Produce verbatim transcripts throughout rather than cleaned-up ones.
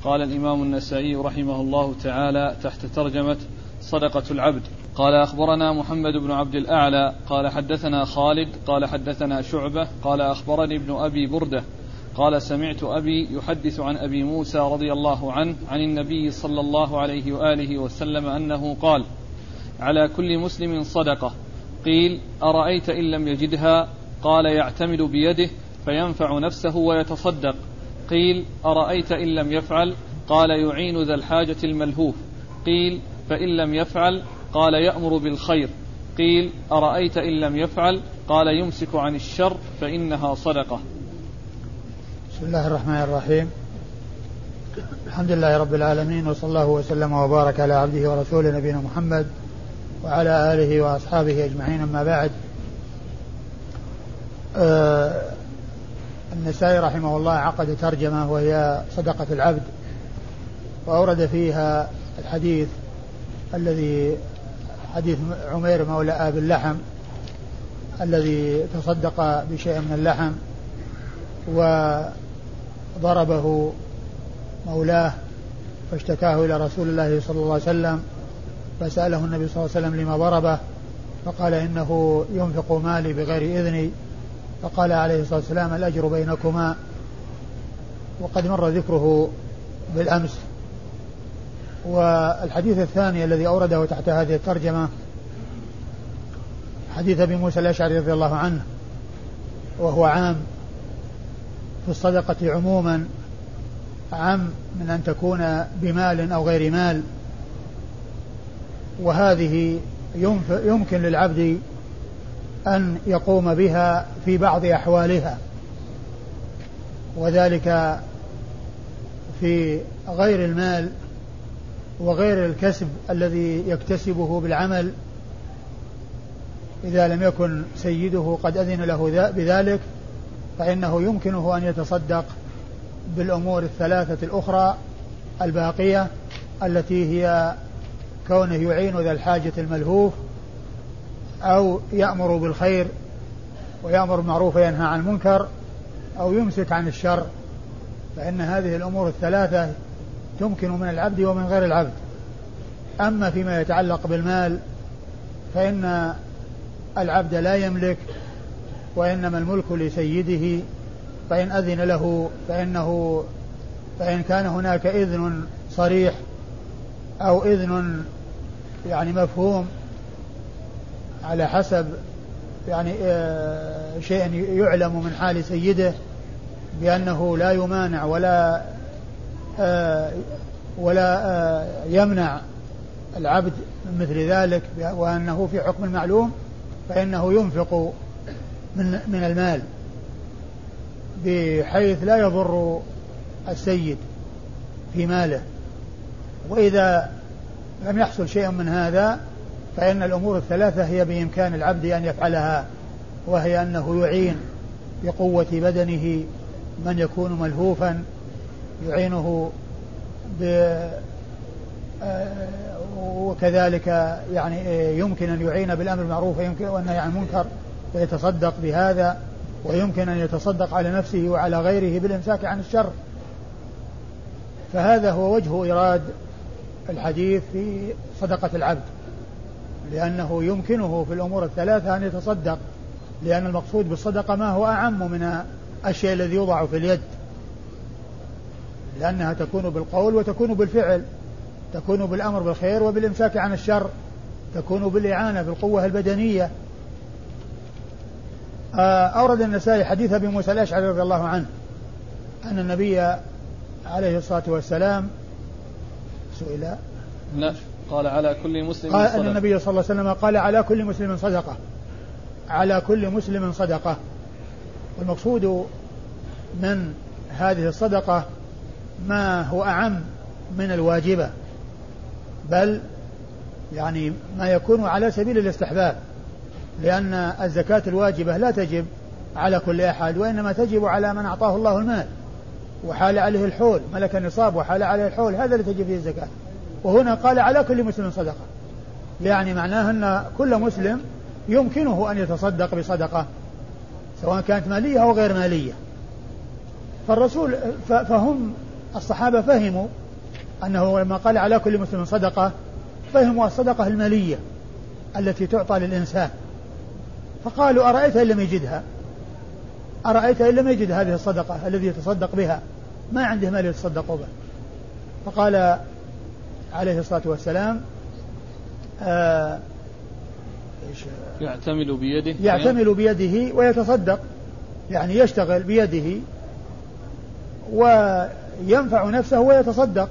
قال الإمام النسائي رحمه الله تعالى تحت ترجمة صدقة العبد: قال أخبرنا محمد بن عبد الأعلى قال حدثنا خالد قال حدثنا شعبة قال أخبرني ابن أبي بردة قال سمعت أبي يحدث عن أبي موسى رضي الله عنه عن النبي صلى الله عليه وآله وسلم أنه قال: على كل مسلم صدقة. قيل: أرأيت إن لم يجدها؟ قال: يعتمد بيده فينفع نفسه ويتصدق. قيل: أرأيت إن لم يفعل؟ قال: يعين ذا الحاجة الملهوف. قيل: فإن لم يفعل؟ قال: يأمر بالخير. قيل: أرأيت إن لم يفعل؟ قال: يمسك عن الشر فإنها صدقة. بسم الله الرحمن الرحيم. الحمد لله رب العالمين، وصلى الله وسلم وبارك على عبده ورسوله نبينا محمد وعلى آله وأصحابه أجمعين، أما بعد. آه النسائي رحمه الله عقد ترجمة وهي صدقة العبد، وأورد فيها الحديث الذي حديث عمير مولى أبي اللحم الذي تصدق بشيء من اللحم وضربه مولاه فاشتكاه إلى رسول الله صلى الله عليه وسلم، فسأله النبي صلى الله عليه وسلم لما ضربه، فقال: إنه ينفق مالي بغير إذني. فقال عليه الصلاة والسلام: الأجر بينكما. وقد مر ذكره بالأمس. والحديث الثاني الذي أورده تحت هذه الترجمة حديث أبي موسى الأشعري رضي الله عنه، وهو عام في الصدقة عموما، عام من أن تكون بمال أو غير مال، وهذه يمكن للعبد أن يقوم بها في بعض أحوالها، وذلك في غير المال وغير الكسب الذي يكتسبه بالعمل، إذا لم يكن سيده قد أذن له بذلك، فإنه يمكنه أن يتصدق بالأمور الثلاثة الأخرى الباقية، التي هي كونه يعين ذا الحاجة الملهوف، أو يأمر بالخير ويأمر بالمعروف وينهى عن المنكر، أو يمسك عن الشر. فإن هذه الأمور الثلاثة تمكن من العبد ومن غير العبد. أما فيما يتعلق بالمال فإن العبد لا يملك، وإنما الملك لسيده، فإن أذن له فإنه فإن كان هناك إذن صريح أو إذن يعني مفهوم على حسب يعني شيء يعلم من حال سيده بأنه لا يمانع ولا ولا يمنع العبد من مثل ذلك، وأنه في حكم المعلوم، فإنه ينفق من من المال بحيث لا يضر السيد في ماله. وإذا لم يحصل شيء من هذا فإن الأمور الثلاثة هي بإمكان العبد أن يفعلها، وهي أنه يعين بقوة بدنه من يكون ملهوفا، يعينه ب وكذلك يعني يمكن أن يعين بالأمر بالمعروف والنهي عن المنكر ويتصدق بهذا، ويمكن أن يتصدق على نفسه وعلى غيره بالإمساك عن الشر. فهذا هو وجه إيراد الحديث في صدقة العبد، لأنه يمكنه في الأمور الثلاثة أن يتصدق، لأن المقصود بالصدقة ما هو أعم من الشيء الذي يوضع في اليد، لأنها تكون بالقول وتكون بالفعل، تكون بالأمر بالخير وبالإمساك عن الشر، تكون بالإعانة بالقوة البدنية. أورد النسائي حديث أبي موسى الأشعري رضي الله عنه أن النبي عليه الصلاة والسلام سئل لا قال على كل مسلم قال صدقة. أن النبي صلى الله عليه وسلم قال: على كل مسلم صدقة، على كل مسلم صدقة. والمقصود من هذه الصدقة ما هو أعم من الواجبة، بل يعني ما يكون على سبيل الاستحباب، لأن الزكاة الواجبة لا تجب على كل أحد، وإنما تجب على من أعطاه الله المال وحال عليه الحول، ملك النصاب وحال عليه الحول، هذا اللي تجب فيه الزكاة. وهنا قال على كل مسلم صدقة، يعني معناه أن كل مسلم يمكنه أن يتصدق بصدقة سواء كانت مالية أو غير مالية. فالرسول فهم الصحابة فهموا أنه لما قال على كل مسلم صدقة فهموا الصدقة المالية التي تعطى للإنسان، فقالوا أرأيت إن لم يجدها، أرأيت إن لم يجد هذه الصدقة الذي يتصدق بها، ما عنده مال يتصدق به. فقال عليه الصلاة والسلام آه يعتمل بيده يعتمل بيده ويتصدق، يعني يشتغل بيده وينفع نفسه ويتصدق،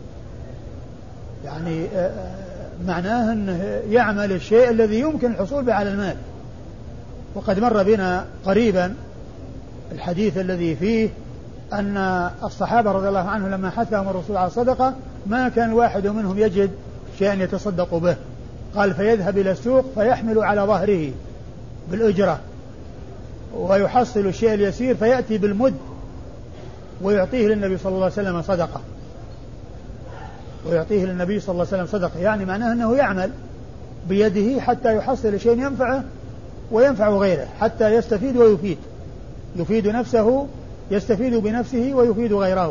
يعني معناه أنه يعمل الشيء الذي يمكن الحصول به على المال. وقد مر بنا قريبا الحديث الذي فيه أن الصحابة رضي الله عنهم لما حثهم الرسول على الصدقة ما كان واحد منهم يجد شيئا يتصدق به، قال فيذهب إلى السوق فيحمل على ظهره بالأجرة ويحصل الشيء اليسير فيأتي بالمد ويعطيه للنبي صلى الله عليه وسلم صدقة، ويعطيه للنبي صلى الله عليه وسلم صدقة، يعني معناه أنه يعمل بيده حتى يحصل شيء ينفعه وينفع غيره، حتى يستفيد ويفيد، يفيد نفسه، يستفيد بنفسه ويفيد غيره.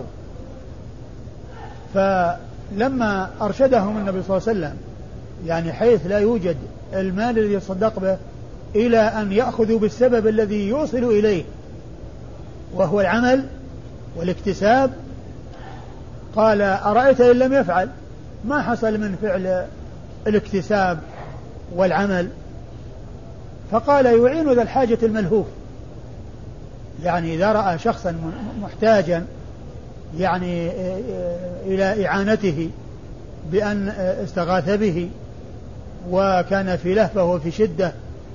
فلما أرشدهم النبي صلى الله عليه وسلم يعني حيث لا يوجد المال الذي يتصدق به إلى أن يأخذوا بالسبب الذي يوصل إليه وهو العمل والاكتساب، قال أرأيت إن لم يفعل، ما حصل من فعل الاكتساب والعمل؟ فقال يعين ذا الحاجة الملهوف، يعني إذا رأى شخصا محتاجا يعني إلى إعانته بأن استغاث به وكان في لهفة وفي شدة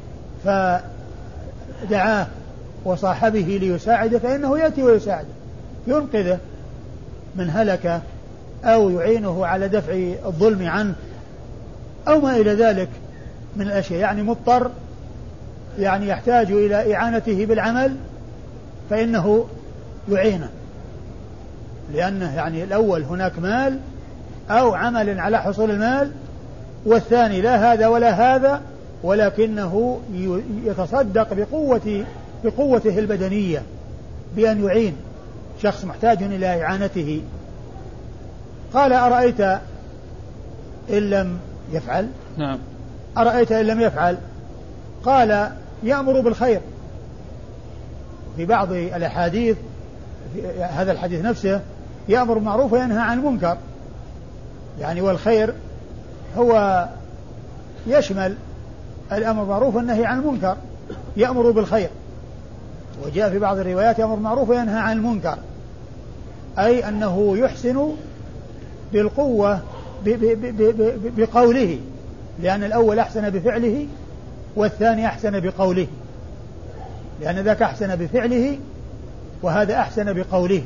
فدعاه وصاحبه ليساعده فإنه يأتي ويساعده، ينقذه من هلكة أو يعينه على دفع الظلم عنه أو ما إلى ذلك من الأشياء، يعني مضطر يعني يحتاج إلى إعانته بالعمل فإنه يعينه، لأنه يعني الأول هناك مال أو عمل على حصول المال، والثاني لا هذا ولا هذا، ولكنه يتصدق بقوة بقوته البدنية بأن يعين شخص محتاج إلى إعانته. قال أرأيت إن لم يفعل؟ نعم. أرأيت إن لم يفعل؟ قال يأمر بالخير. في بعض الأحاديث في هذا الحديث نفسه يأمر بالمعروف وينهى عن المنكر، يعني والخير هو يشمل الأمر بالمعروف والنهي عن المنكر، يأمر بالخير. وجاء في بعض الروايات يأمر بالمعروف وينهى عن المنكر، أي أنه يحسن بالقوة بقوله، لأن الأول أحسن بفعله والثاني أحسن بقوله، لأن ذاك أحسن بفعله وهذا أحسن بقوله،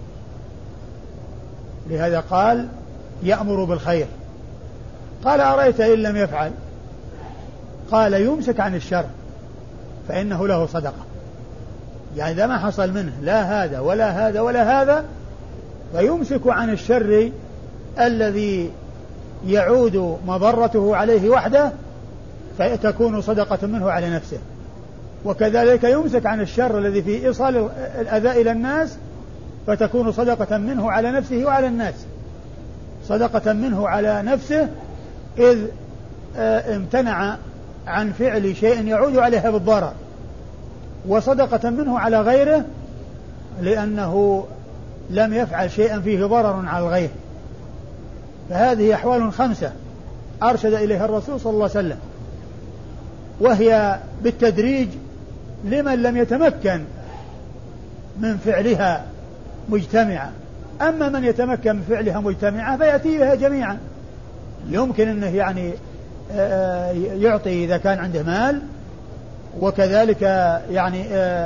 لهذا قال يأمر بالخير. قال أرأيت إن لم يفعل؟ قال يمسك عن الشر فإنه له صدقة، يعني إذا ما حصل منه لا هذا ولا هذا ولا هذا فيمسك عن الشر الذي يعود مضرته عليه وحده فتكون صدقة منه على نفسه، وكذلك يمسك عن الشر الذي في إيصال الأذى إلى الناس فتكون صدقة منه على نفسه وعلى الناس، صدقة منه على نفسه إذ امتنع عن فعل شيء يعود عليها بالضرر، وصدقة منه على غيره لأنه لم يفعل شيئا فيه ضرر على الغير. فهذه أحوال خمسة أرشد إليها الرسول صلى الله عليه وسلم، وهي بالتدريج لمن لم يتمكن من فعلها مجتمعة، أما من يتمكن من فعلها مجتمعة فيأتي بها جميعا. يمكن أنه يعني يعطي إذا كان عنده مال، وكذلك يعني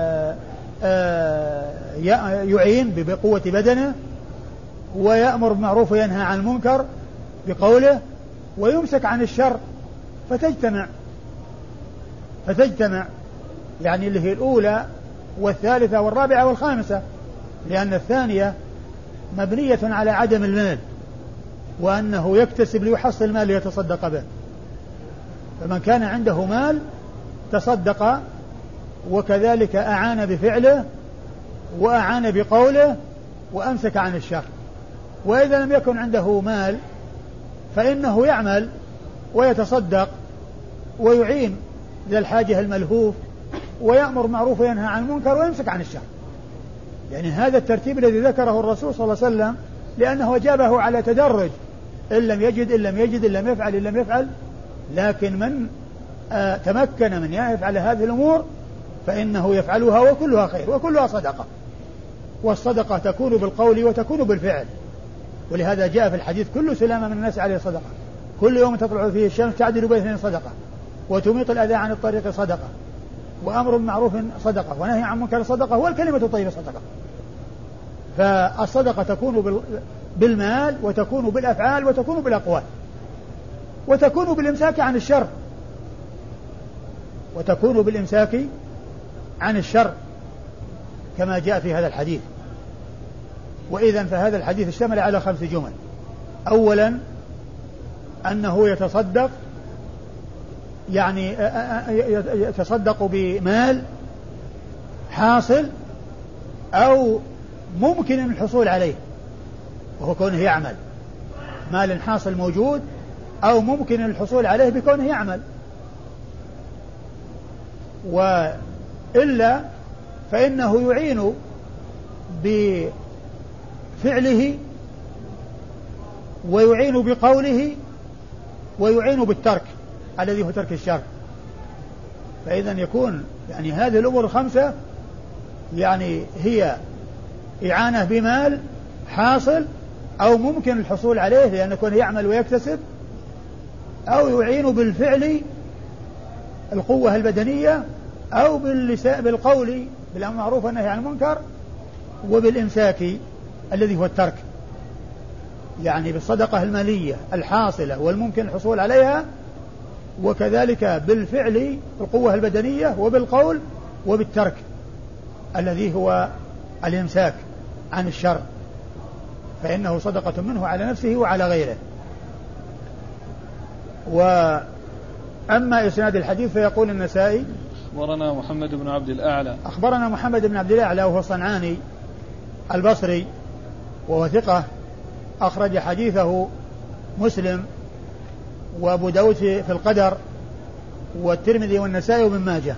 يعين بقوة بدنه، ويأمر بالمعروف وينهى عن المنكر بقوله، ويمسك عن الشر فتجتمع فتجتمع يعني اللي هي الأولى والثالثة والرابعة والخامسة، لأن الثانية مبنية على عدم المال وأنه يكتسب ليحصل المال ليتصدق به، فمن كان عنده مال تصدق وكذلك أعان بفعله وأعان بقوله وأمسك عن الشر، وإذا لم يكن عنده مال فإنه يعمل ويتصدق ويعين ذا الحاجة الملهوف ويأمر معروف وينهى عن المنكر ويمسك عن الشر. يعني هذا الترتيب الذي ذكره الرسول صلى الله عليه وسلم لأنه أجابه على تدرج، إن لم يجد إن لم يجد إن لم يفعل إن لم يفعل. لكن من آه تمكن من يفعل هذه الأمور فإنه يفعلها وكلها خير وكلها صدقة، والصدقة تكون بالقول وتكون بالفعل. ولهذا جاء في الحديث كل سلامة من الناس عليه صدقة، كل يوم تطلع فيه الشمس تعدل بين اثنين صدقة، وتميط الأذى عن الطريق صدقة، وأمر بالمعروف صدقة، ونهي عن منكر صدقة، والكلمة الطيبة صدقة. فالصدقة تكون بالمال وتكون بالأفعال وتكون بالأقوال وتكون بالإمساك عن الشر وتكون بالإمساك عن الشر كما جاء في هذا الحديث. وإذن فهذا الحديث اشتمل على خمس جمل. أولا أنه يتصدق، يعني يتصدق بمال حاصل أو ممكن الحصول عليه، وهو كونه يعمل، مال حاصل موجود أو ممكن الحصول عليه بكونه يعمل، وإلا فإنه يعين بفعله ويعين بقوله ويعين بالترك الذي هو ترك الشر. فإذا يكون يعني هذه الأمور الخمسة يعني هي إعانة بمال حاصل أو ممكن الحصول عليه لأنه يكون يعمل ويكتسب، أو يعين بالفعل القوة البدنية، أو بالقول بالأمر بالمعروف والنهي عن المنكر، وبالإمساك الذي هو الترك، يعني بالصدقة المالية الحاصلة والممكن الحصول عليها، وكذلك بالفعل القوة البدنية، وبالقول وبالترك الذي هو الإمساك عن الشر، فإنه صدقة منه على نفسه وعلى غيره. وأما إسناد الحديث فيقول النسائي أخبرنا محمد بن عبد الأعلى أخبرنا محمد بن عبد الأعلى وهو صنعاني البصري وهو ثقة أخرج حديثه مسلم وأبو داود في القدر والترمذي والنسائي وابن ماجه.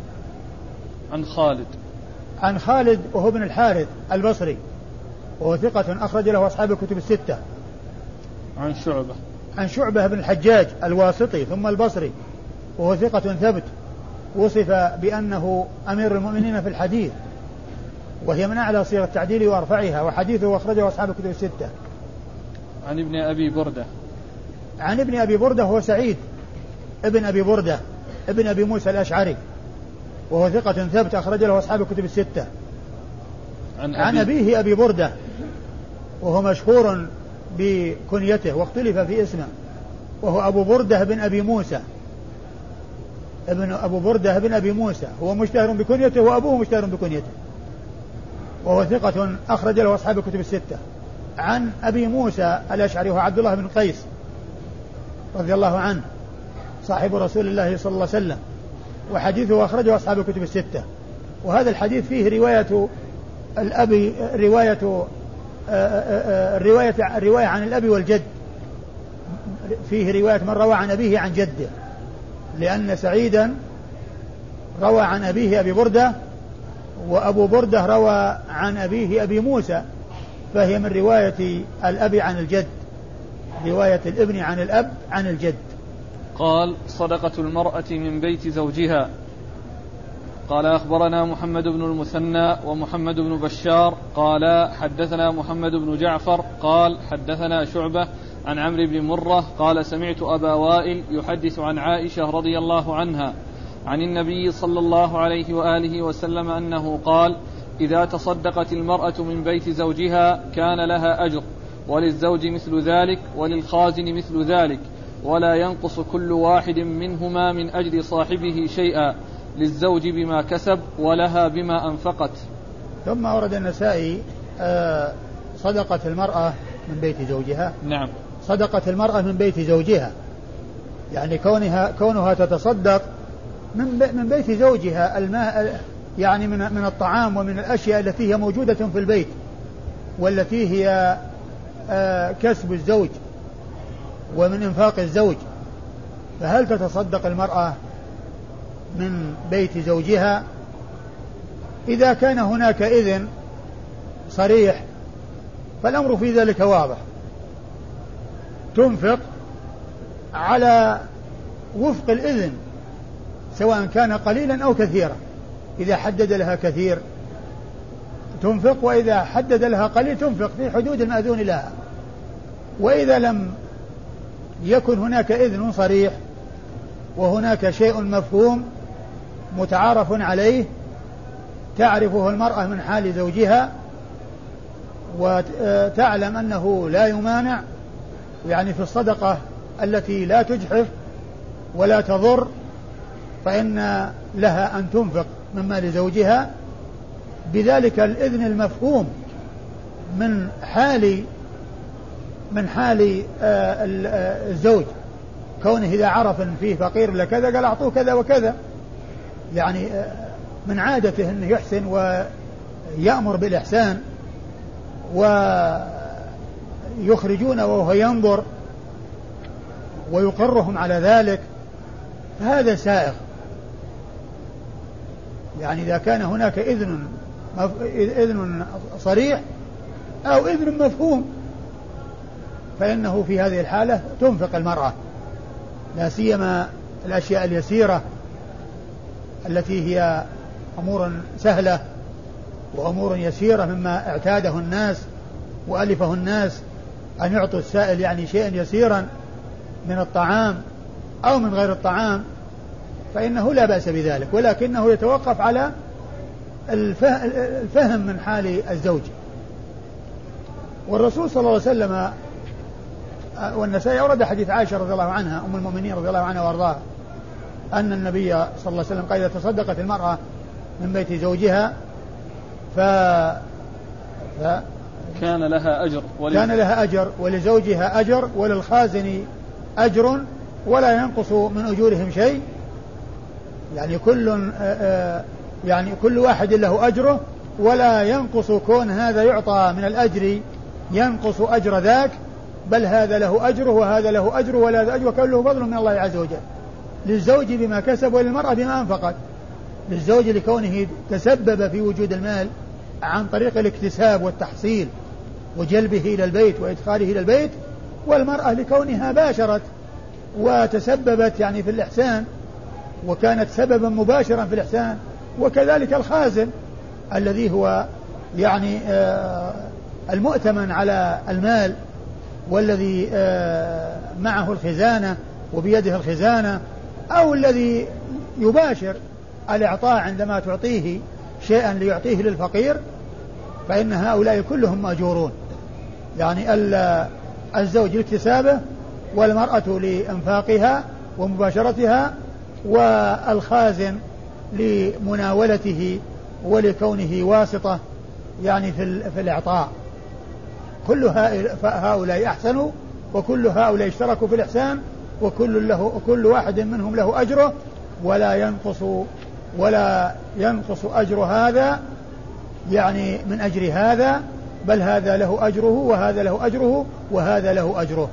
عن خالد عن خالد وهو ابن الحارث البصري وهو ثقة أخرج له أصحاب الكتب الستة. عن شعبة عن شعبة بن الحجاج الواسطي ثم البصري وهو ثقة ثبت، وصف بأنه أمير المؤمنين في الحديث، وهي من أعلى صيغ التعديل وأرفعها، وحديثه أخرجه أصحاب الكتب الستة. عن ابن أبي بردة عن ابن أبي بردة هو سعيد ابن أبي بردة ابن أبي موسى الأشعري وهو ثقة ثبت أخرج له أصحاب الكتب الستة. عن, عن أبيه أبي بردة وهو مشهور بكنيته واختلف في اسمه، وهو أبو بردة بن أبي موسى ابن أبو بردة بن أبي موسى، هو مشتهر بكنيته وأبوه مشتهر بكنيته، وهو ثقة أخرج له أصحاب الكتب الستة. عن أبي موسى الأشعري وهو عبد الله بن قيس رضي الله عنه صاحب رسول الله صلى الله عليه وسلم، وحديثه أخرجه أصحاب الكتب الستة. وهذا الحديث فيه رواية الأبي رواية الرواية الرواية عن الأبي والجد، فيه رواية من روى عن أبيه عن جده، لأن سعيدا روى عن أبيه أبي بردة وأبو بردة روى عن أبيه أبي موسى، فهي من رواية الأب عن الجد، رواية الابن عن الأب عن الجد. قال صدقة المرأة من بيت زوجها. قال أخبرنا محمد بن المثنى ومحمد بن بشار قال حدثنا محمد بن جعفر قال حدثنا شعبة عن عمرو بن مرة قال سمعت أبا وائل يحدث عن عائشة رضي الله عنها عن النبي صلى الله عليه وآله وسلم أنه قال إذا تصدقت المرأة من بيت زوجها كان لها أجر، وللزوج مثل ذلك وللخازن مثل ذلك، ولا ينقص كل واحد منهما من أجر صاحبه شيئا، للزوج بما كسب ولها بما أنفقت. ثم أورد النسائي صدقة المرأة من بيت زوجها. نعم، صدقة المرأة من بيت زوجها، يعني كونها كونها تتصدق من من بيت زوجها، الماء يعني من من الطعام ومن الأشياء التي هي موجودة في البيت والتي هي كسب الزوج ومن إنفاق الزوج، فهل تتصدق المرأة من بيت زوجها؟ إذا كان هناك إذن صريح فالأمر في ذلك واضح، تنفق على وفق الإذن سواء كان قليلا أو كثيرا. إذا حدد لها كثير تنفق، وإذا حدد لها قليل تنفق في حدود المأذون لها. وإذا لم يكن هناك إذن صريح وهناك شيء مفهوم متعارف عليه تعرفه المرأة من حال زوجها وتعلم أنه لا يمانع، يعني في الصدقة التي لا تجحف ولا تضر، فإن لها أن تنفق من مال زوجها بذلك الإذن المفهوم من حال من حال الزوج، كونه إذا عرف فيه فقير لكذا قال أعطوه كذا وكذا، يعني من عادته أنه يحسن ويأمر بالإحسان ويخرجون وهو ينظر ويقرهم على ذلك، فهذا سائغ. يعني إذا كان هناك إذن إذن صريح أو إذن مفهوم فإنه في هذه الحالة تنفق المرأة، لا سيما الأشياء اليسيرة التي هي أمور سهلة وأمور يسيرة مما اعتاده الناس وألفه الناس أن يعطوا السائل يعني شيئا يسيرا من الطعام أو من غير الطعام، فإنه لا بأس بذلك، ولكنه يتوقف على الفهم من حال الزوج. والرسول صلى الله عليه وسلم والنسائي أورد حديث عائشة رضي الله عنها أم المؤمنين رضي الله عنها وارضاها أن النبي صلى الله عليه وسلم قال إذا تصدقت المرأة من بيت زوجها ف... ف... كان لها أجر ول... كان لها أجر ولزوجها أجر وللخازن أجر ولا ينقص من أجورهم شيء، يعني كل يعني كل واحد له أجره ولا ينقص كون هذا يعطى من الأجر ينقص أجر ذاك، بل هذا له أجره وهذا له أجره ولا هذا أجره كله فضل من الله عز وجل، للزوج بما كسب وللمرأة بما أنفقت. للزوج لكونه تسبب في وجود المال عن طريق الاكتساب والتحصيل وجلبه إلى البيت وإدخاله إلى البيت، والمرأة لكونها باشرت وتسببت يعني في الإحسان وكانت سببا مباشرا في الإحسان. وكذلك الخازن الذي هو يعني آه المؤتمن على المال والذي آه معه الخزانة وبيده الخزانة، أو الذي يباشر الإعطاء عندما تعطيه شيئا ليعطيه للفقير، فإن هؤلاء كلهم مأجورون، يعني الزوج لاكتسابه والمرأة لإنفاقها ومباشرتها والخازن لمناولته ولكونه واسطة يعني في, في الإعطاء. كل هؤلاء أحسنوا وكل هؤلاء اشتركوا في الإحسان وكل له كل واحد منهم له أجره ولا ينقص ولا ينقص أجر هذا يعني من أجر هذا، بل هذا له أجره وهذا له أجره وهذا له أجره.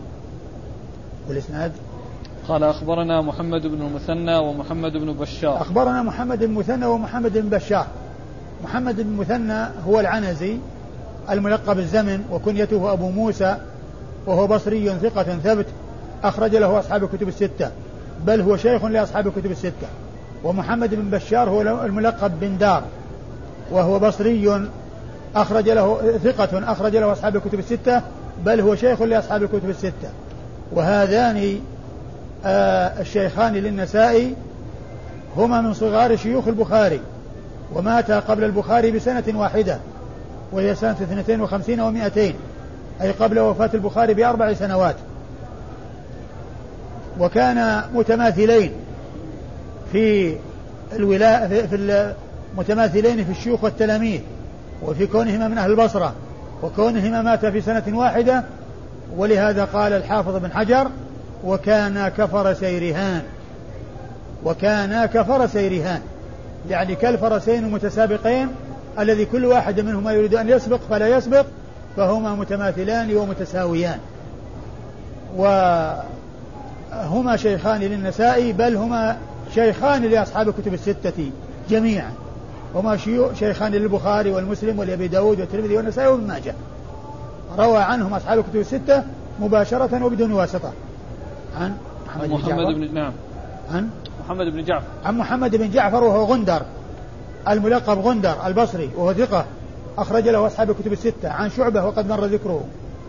والإسناد قال أخبرنا محمد بن المثنى ومحمد بن بشار. أخبرنا محمد بن المثنى ومحمد بن بشار. محمد بن المثنى هو العنزي الملقب الزمن وكنيته أبو موسى، وهو بصري ثقة ثبت أخرج له أصحاب الكتب الستة، بل هو شيخ لأصحاب الكتب الستة. ومحمد بن بشار هو الملقب بن دار، وهو بصري أخرج له ثقة أخرج له أصحاب الكتب الستة، بل هو شيخ لأصحاب الكتب الستة. وهذان آه الشيخان للنسائي هما من صغار شيوخ البخاري، وماتا قبل البخاري بسنة واحدة وهي سنة اثنتين وخمسين ومائتين، أي قبل وفاة البخاري بأربع سنوات. وكان متماثلين في الولاء في, في متماثلين في الشيوخ والتلاميذ، وفي كونهما من أهل البصرة وكونهما ماتا في سنة واحدة. ولهذا قال الحافظ بن حجر وكان كفرسي رهان، وكان كفرسي رهان، يعني كالفرسين المتسابقين الذي كل واحد منهما يريد أن يسبق فلا يسبق، فهما متماثلان ومتساويان، وهما شيخان للنسائي، بل هما شيخان لأصحاب الكتب الستة جميعا، هما شيخان للبخاري والمسلم والأبي داود والترمذي والنسائي وابن ماجه، روى عنهم أصحاب الكتب الستة مباشرة وبدون واسطة. عن محمد, محمد بن نعم عن محمد بن جعفر عن محمد بن جعفر وهو غندر الملقب غندر البصري وهو ثقة أخرج له أصحاب الكتب الستة. عن شعبة وقد مر ذكره.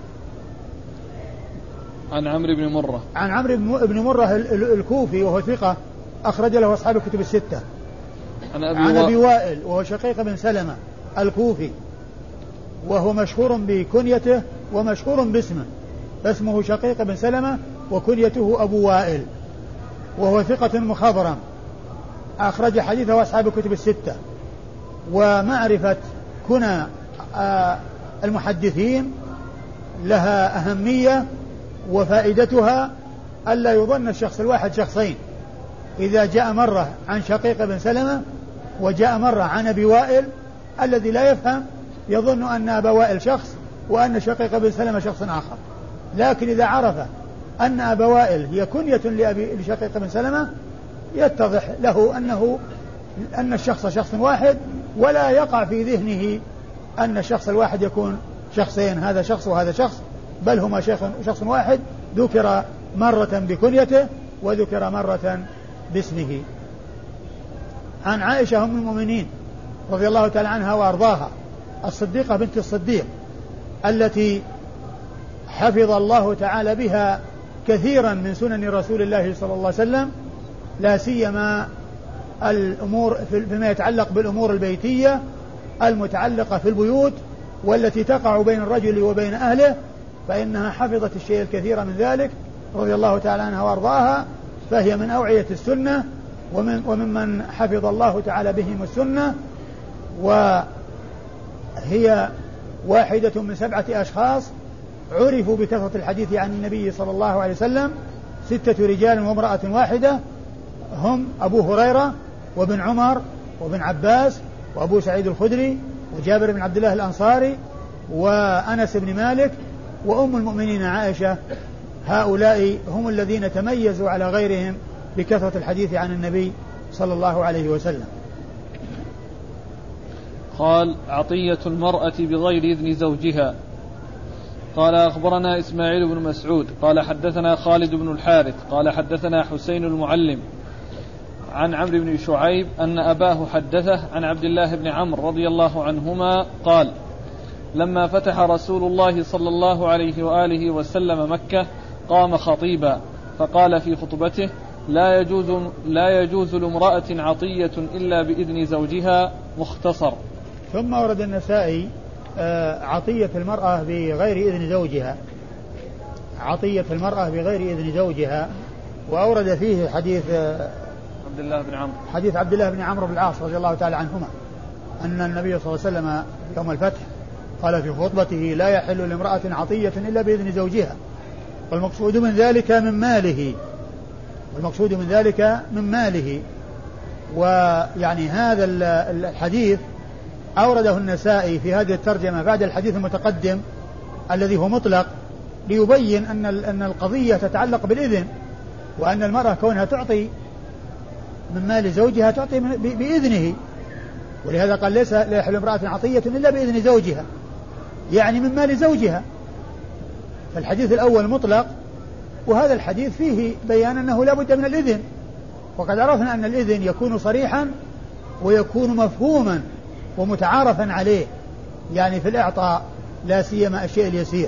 عن عمرو بن مرة عن عمرو بن مرة الكوفي وهو ثقة أخرج له أصحاب الكتب الستة. عن أبي, عن أبي وائل وهو شقيق بن سلمة الكوفي وهو مشهور بكنيته ومشهور باسمه، اسمه شقيق بن سلمة وكنيته أبو وائل، وهو ثقة مخضرم أخرج حديثه أصحاب الكتب الستة. ومعرفة كنى المحدثين لها أهمية، وفائدتها ألا يظن الشخص الواحد شخصين، إذا جاء مرة عن شقيق بن سلمة وجاء مرة عن أبي وائل الذي لا يفهم يظن أن أبا وائل شخص وأن شقيق بن سلمة شخص آخر، لكن إذا عرف أن أبا وائل هي كنية لأبي لشقيق بن سلمة يتضح له أنه أن الشخص شخص واحد، ولا يقع في ذهنه أن الشخص الواحد يكون شخصين، هذا شخص وهذا شخص، بل هما شخص واحد ذكر مرة بكنيته وذكر مرة باسمه. عن عائشة أم المؤمنين رضي الله تعالى عنها وأرضاها الصديقة بنت الصديق التي حفظ الله تعالى بها كثيرا من سنن رسول الله صلى الله عليه وسلم، لا سيما الأمور فيما يتعلق بالأمور البيتية المتعلقة في البيوت والتي تقع بين الرجل وبين أهله، فإنها حفظت الشيء الكثير من ذلك رضي الله تعالى عنها وأرضاها، فهي من أوعية السنة ومن وممن حفظ الله تعالى بهم السنة، وهي واحدة من سبعة أشخاص عرفوا بكثرة الحديث عن النبي صلى الله عليه وسلم، ستة رجال وامرأة واحدة، هم أبو هريرة وابن عمر وابن عباس وأبو سعيد الخدري وجابر بن عبد الله الأنصاري وأنس بن مالك وأم المؤمنين عائشة. هؤلاء هم الذين تميزوا على غيرهم بكثرة الحديث عن النبي صلى الله عليه وسلم. قال: عطية المرأة بغير إذن زوجها. قال: أخبرنا إسماعيل بن مسعود قال حدثنا خالد بن الحارث قال حدثنا حسين المعلم عن عمرو بن شعيب أن أباه حدثه عن عبد الله بن عمرو رضي الله عنهما قال: لما فتح رسول الله صلى الله عليه وآله وسلم مكة قام خطيبا فقال في خطبته: لا يجوز, لا يجوز لامرأة عطية إلا بإذن زوجها. مختصر. ثم ورد النسائي عطية المرأة بغير إذن زوجها، عطية المرأة بغير إذن زوجها، وأورد فيه حديث عبد الله بن عمرو حديث عبد الله بن عمرو بن العاص رضي الله تعالى عنهما أن النبي صلى الله عليه وسلم يوم الفتح قال في خطبته: لا يحل لامرأة عطية إلا بإذن زوجها، والمقصود من ذلك من ماله، والمقصود من ذلك من ماله. ويعني هذا الحديث أورده النسائي في هذه الترجمة بعد الحديث المتقدم الذي هو مطلق، ليبين أن أن القضية تتعلق بالإذن، وأن المرأة كونها تعطي من مال زوجها تعطي بإذنه، ولهذا قال: ليس لا يحل امرأة عطية إلا بإذن زوجها، يعني من مال زوجها. فالحديث الأول مطلق، وهذا الحديث فيه بيان أنه لا بد من الإذن، وقد عرفنا أن الإذن يكون صريحا ويكون مفهوما ومتعارفا عليه، يعني في الإعطاء لا سيما الشيء اليسير.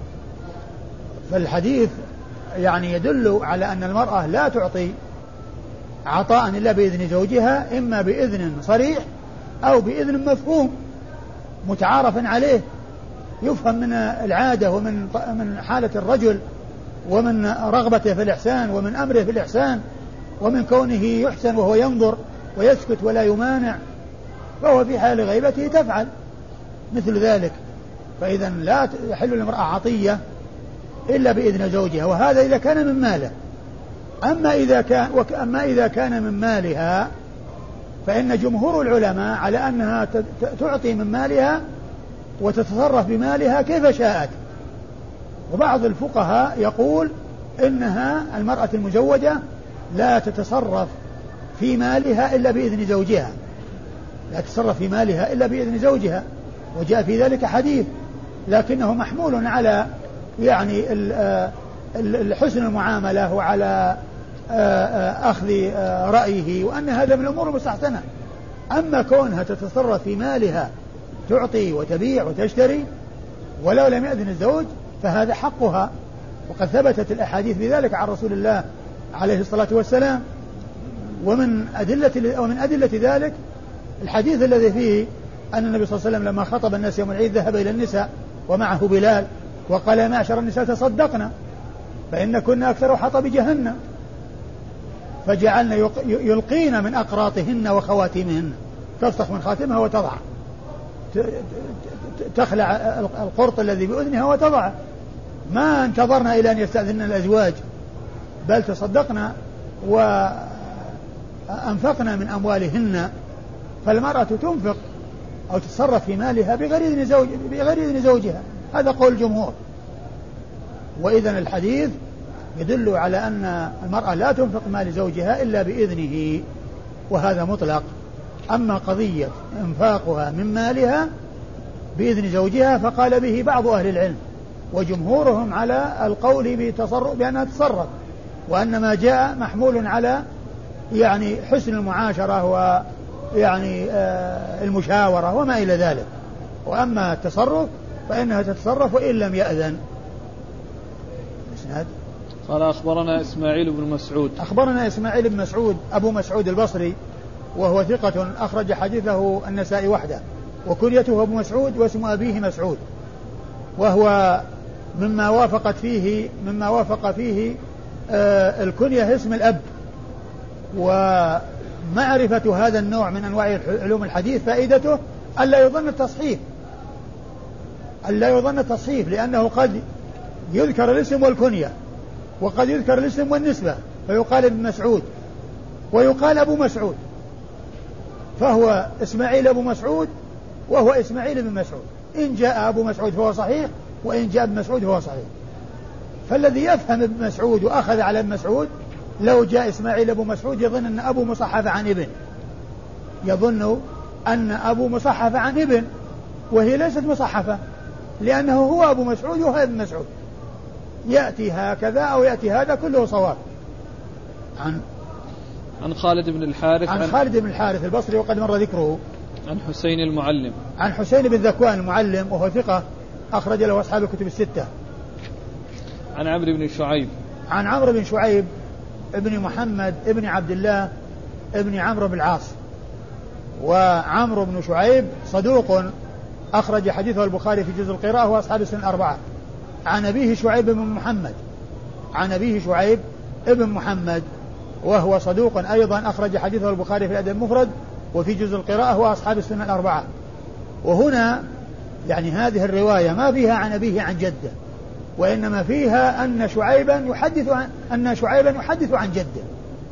فالحديث يعني يدل على أن المرأة لا تعطي عطاء إلا بإذن زوجها، إما بإذن صريح أو بإذن مفهوم متعارف عليه، يفهم من العادة ومن من حالة الرجل ومن رغبته في الإحسان ومن أمره في الإحسان ومن كونه يحسن وهو ينظر ويسكت ولا يمانع، فهو في حال غيبته تفعل مثل ذلك. فإذا لا يحل للمرأة عطية إلا بإذن زوجها، وهذا إذا كان من ماله. أما إذا كان أما إذا كان من مالها فإن جمهور العلماء على أنها تعطي من مالها وتتصرف بمالها كيف شاءت. وبعض الفقهاء يقول إنها المرأة المزوجة لا تتصرف في مالها إلا بإذن زوجها، لا تتصرف في مالها إلا بإذن زوجها، وجاء في ذلك حديث، لكنه محمول على يعني حسن المعاملة وعلى أخذ رأيه، وأن هذا من الأمور المستحسنة. أما كونها تتصرف في مالها تعطي وتبيع وتشتري ولو لم يأذن الزوج فهذا حقها، وقد ثبتت الأحاديث بذلك عن رسول الله عليه الصلاة والسلام. ومن أدلة أو من أدلة ذلك الحديث الذي فيه أن النبي صلى الله عليه وسلم لما خطب الناس يوم العيد ذهب إلى النساء ومعه بلال وقال: يا معشر النساء تصدقنا فإن كنا أكثر حطب جهنم، فجعلنا يلقين من أقراطهن وخواتمهن، تفسخ من خاتمها وتضع، تخلع القرط الذي بأذنها وتضع. ما انتظرنا إلى أن يستأذن الأزواج، بل تصدقنا وأنفقنا من أموالهن. فالمرأة تنفق أو تتصرف في مالها بغير إذن زوج بغير إذن زوجها، هذا قول الجمهور. وإذن الحديث يدل على أن المرأة لا تنفق مال زوجها إلا بإذنه، وهذا مطلق. أما قضية انفاقها من مالها بإذن زوجها فقال به بعض أهل العلم، وجمهورهم على القول بتصرف بأنها تصرف، وأن ما جاء محمول على يعني حسن المعاشرة ويعني آه المشاورة وما إلى ذلك. وأما التصرف فإنها تتصرف وإن لم يأذن. اسناد. قال: أخبرنا إسماعيل بن مسعود. أخبرنا إسماعيل بن مسعود أبو مسعود البصري، وهو ثقة أخرج حديثه النسائي وحده، وكنيته أبو مسعود واسم أبيه مسعود، وهو مما وافقت فيه مما وافق فيه آه الكنية اسم الأب. ومعرفة هذا النوع من أنواع علوم الحديث فائدته ألا يظن التصحيف ألا يظن التصحيف لأنه قد يذكر الاسم والكنية، وقد يذكر الاسم والنسبة، فيقال ابن مسعود ويقال أبو مسعود، فهو إسماعيل أبو مسعود وهو إسماعيل بن مسعود. إن جاء أبو مسعود فهو صحيح، وإن جاء ابن مسعود فهو صحيح. فالذي يفهم ابن مسعود وأخذ على ابن مسعود لو جاء إسماعيل أبو مسعود يظن أن أبو مصحف عن ابن يظن أن أبو مصحف عن ابن، وهي ليست مصحفة، لأنه هو أبو مسعود وهو ابن مسعود، يأتي هكذا أو يأتي هذا كله صواب. عن عن خالد بن الحارث عن خالد بن الحارث البصري وقد مر ذكره. عن حسين المعلم عن حسين بن ذكوان المعلم وهو ثقة أخرج له أصحاب الكتب الستة. عن عمرو بن شعيب عن عمرو بن شعيب ابن محمد ابن عبد الله ابن عمرو بن العاص. وعمرو بن شعيب صدوق أخرج حديثه البخاري في جزء القراءة وأصحاب السنن الأربعة. عن أبيه شعيب بن محمد عن أبيه شعيب ابن محمد وهو صدوق أيضا أخرج حديثه البخاري في الأدب المفرد وفي جزء القراءة وأصحاب السنن الأربعة. وهنا يعني هذه الرواية ما فيها عن أبيه عن جده، وإنما فيها أن شعيبا يحدث عن أن شعيبا يحدث عن جده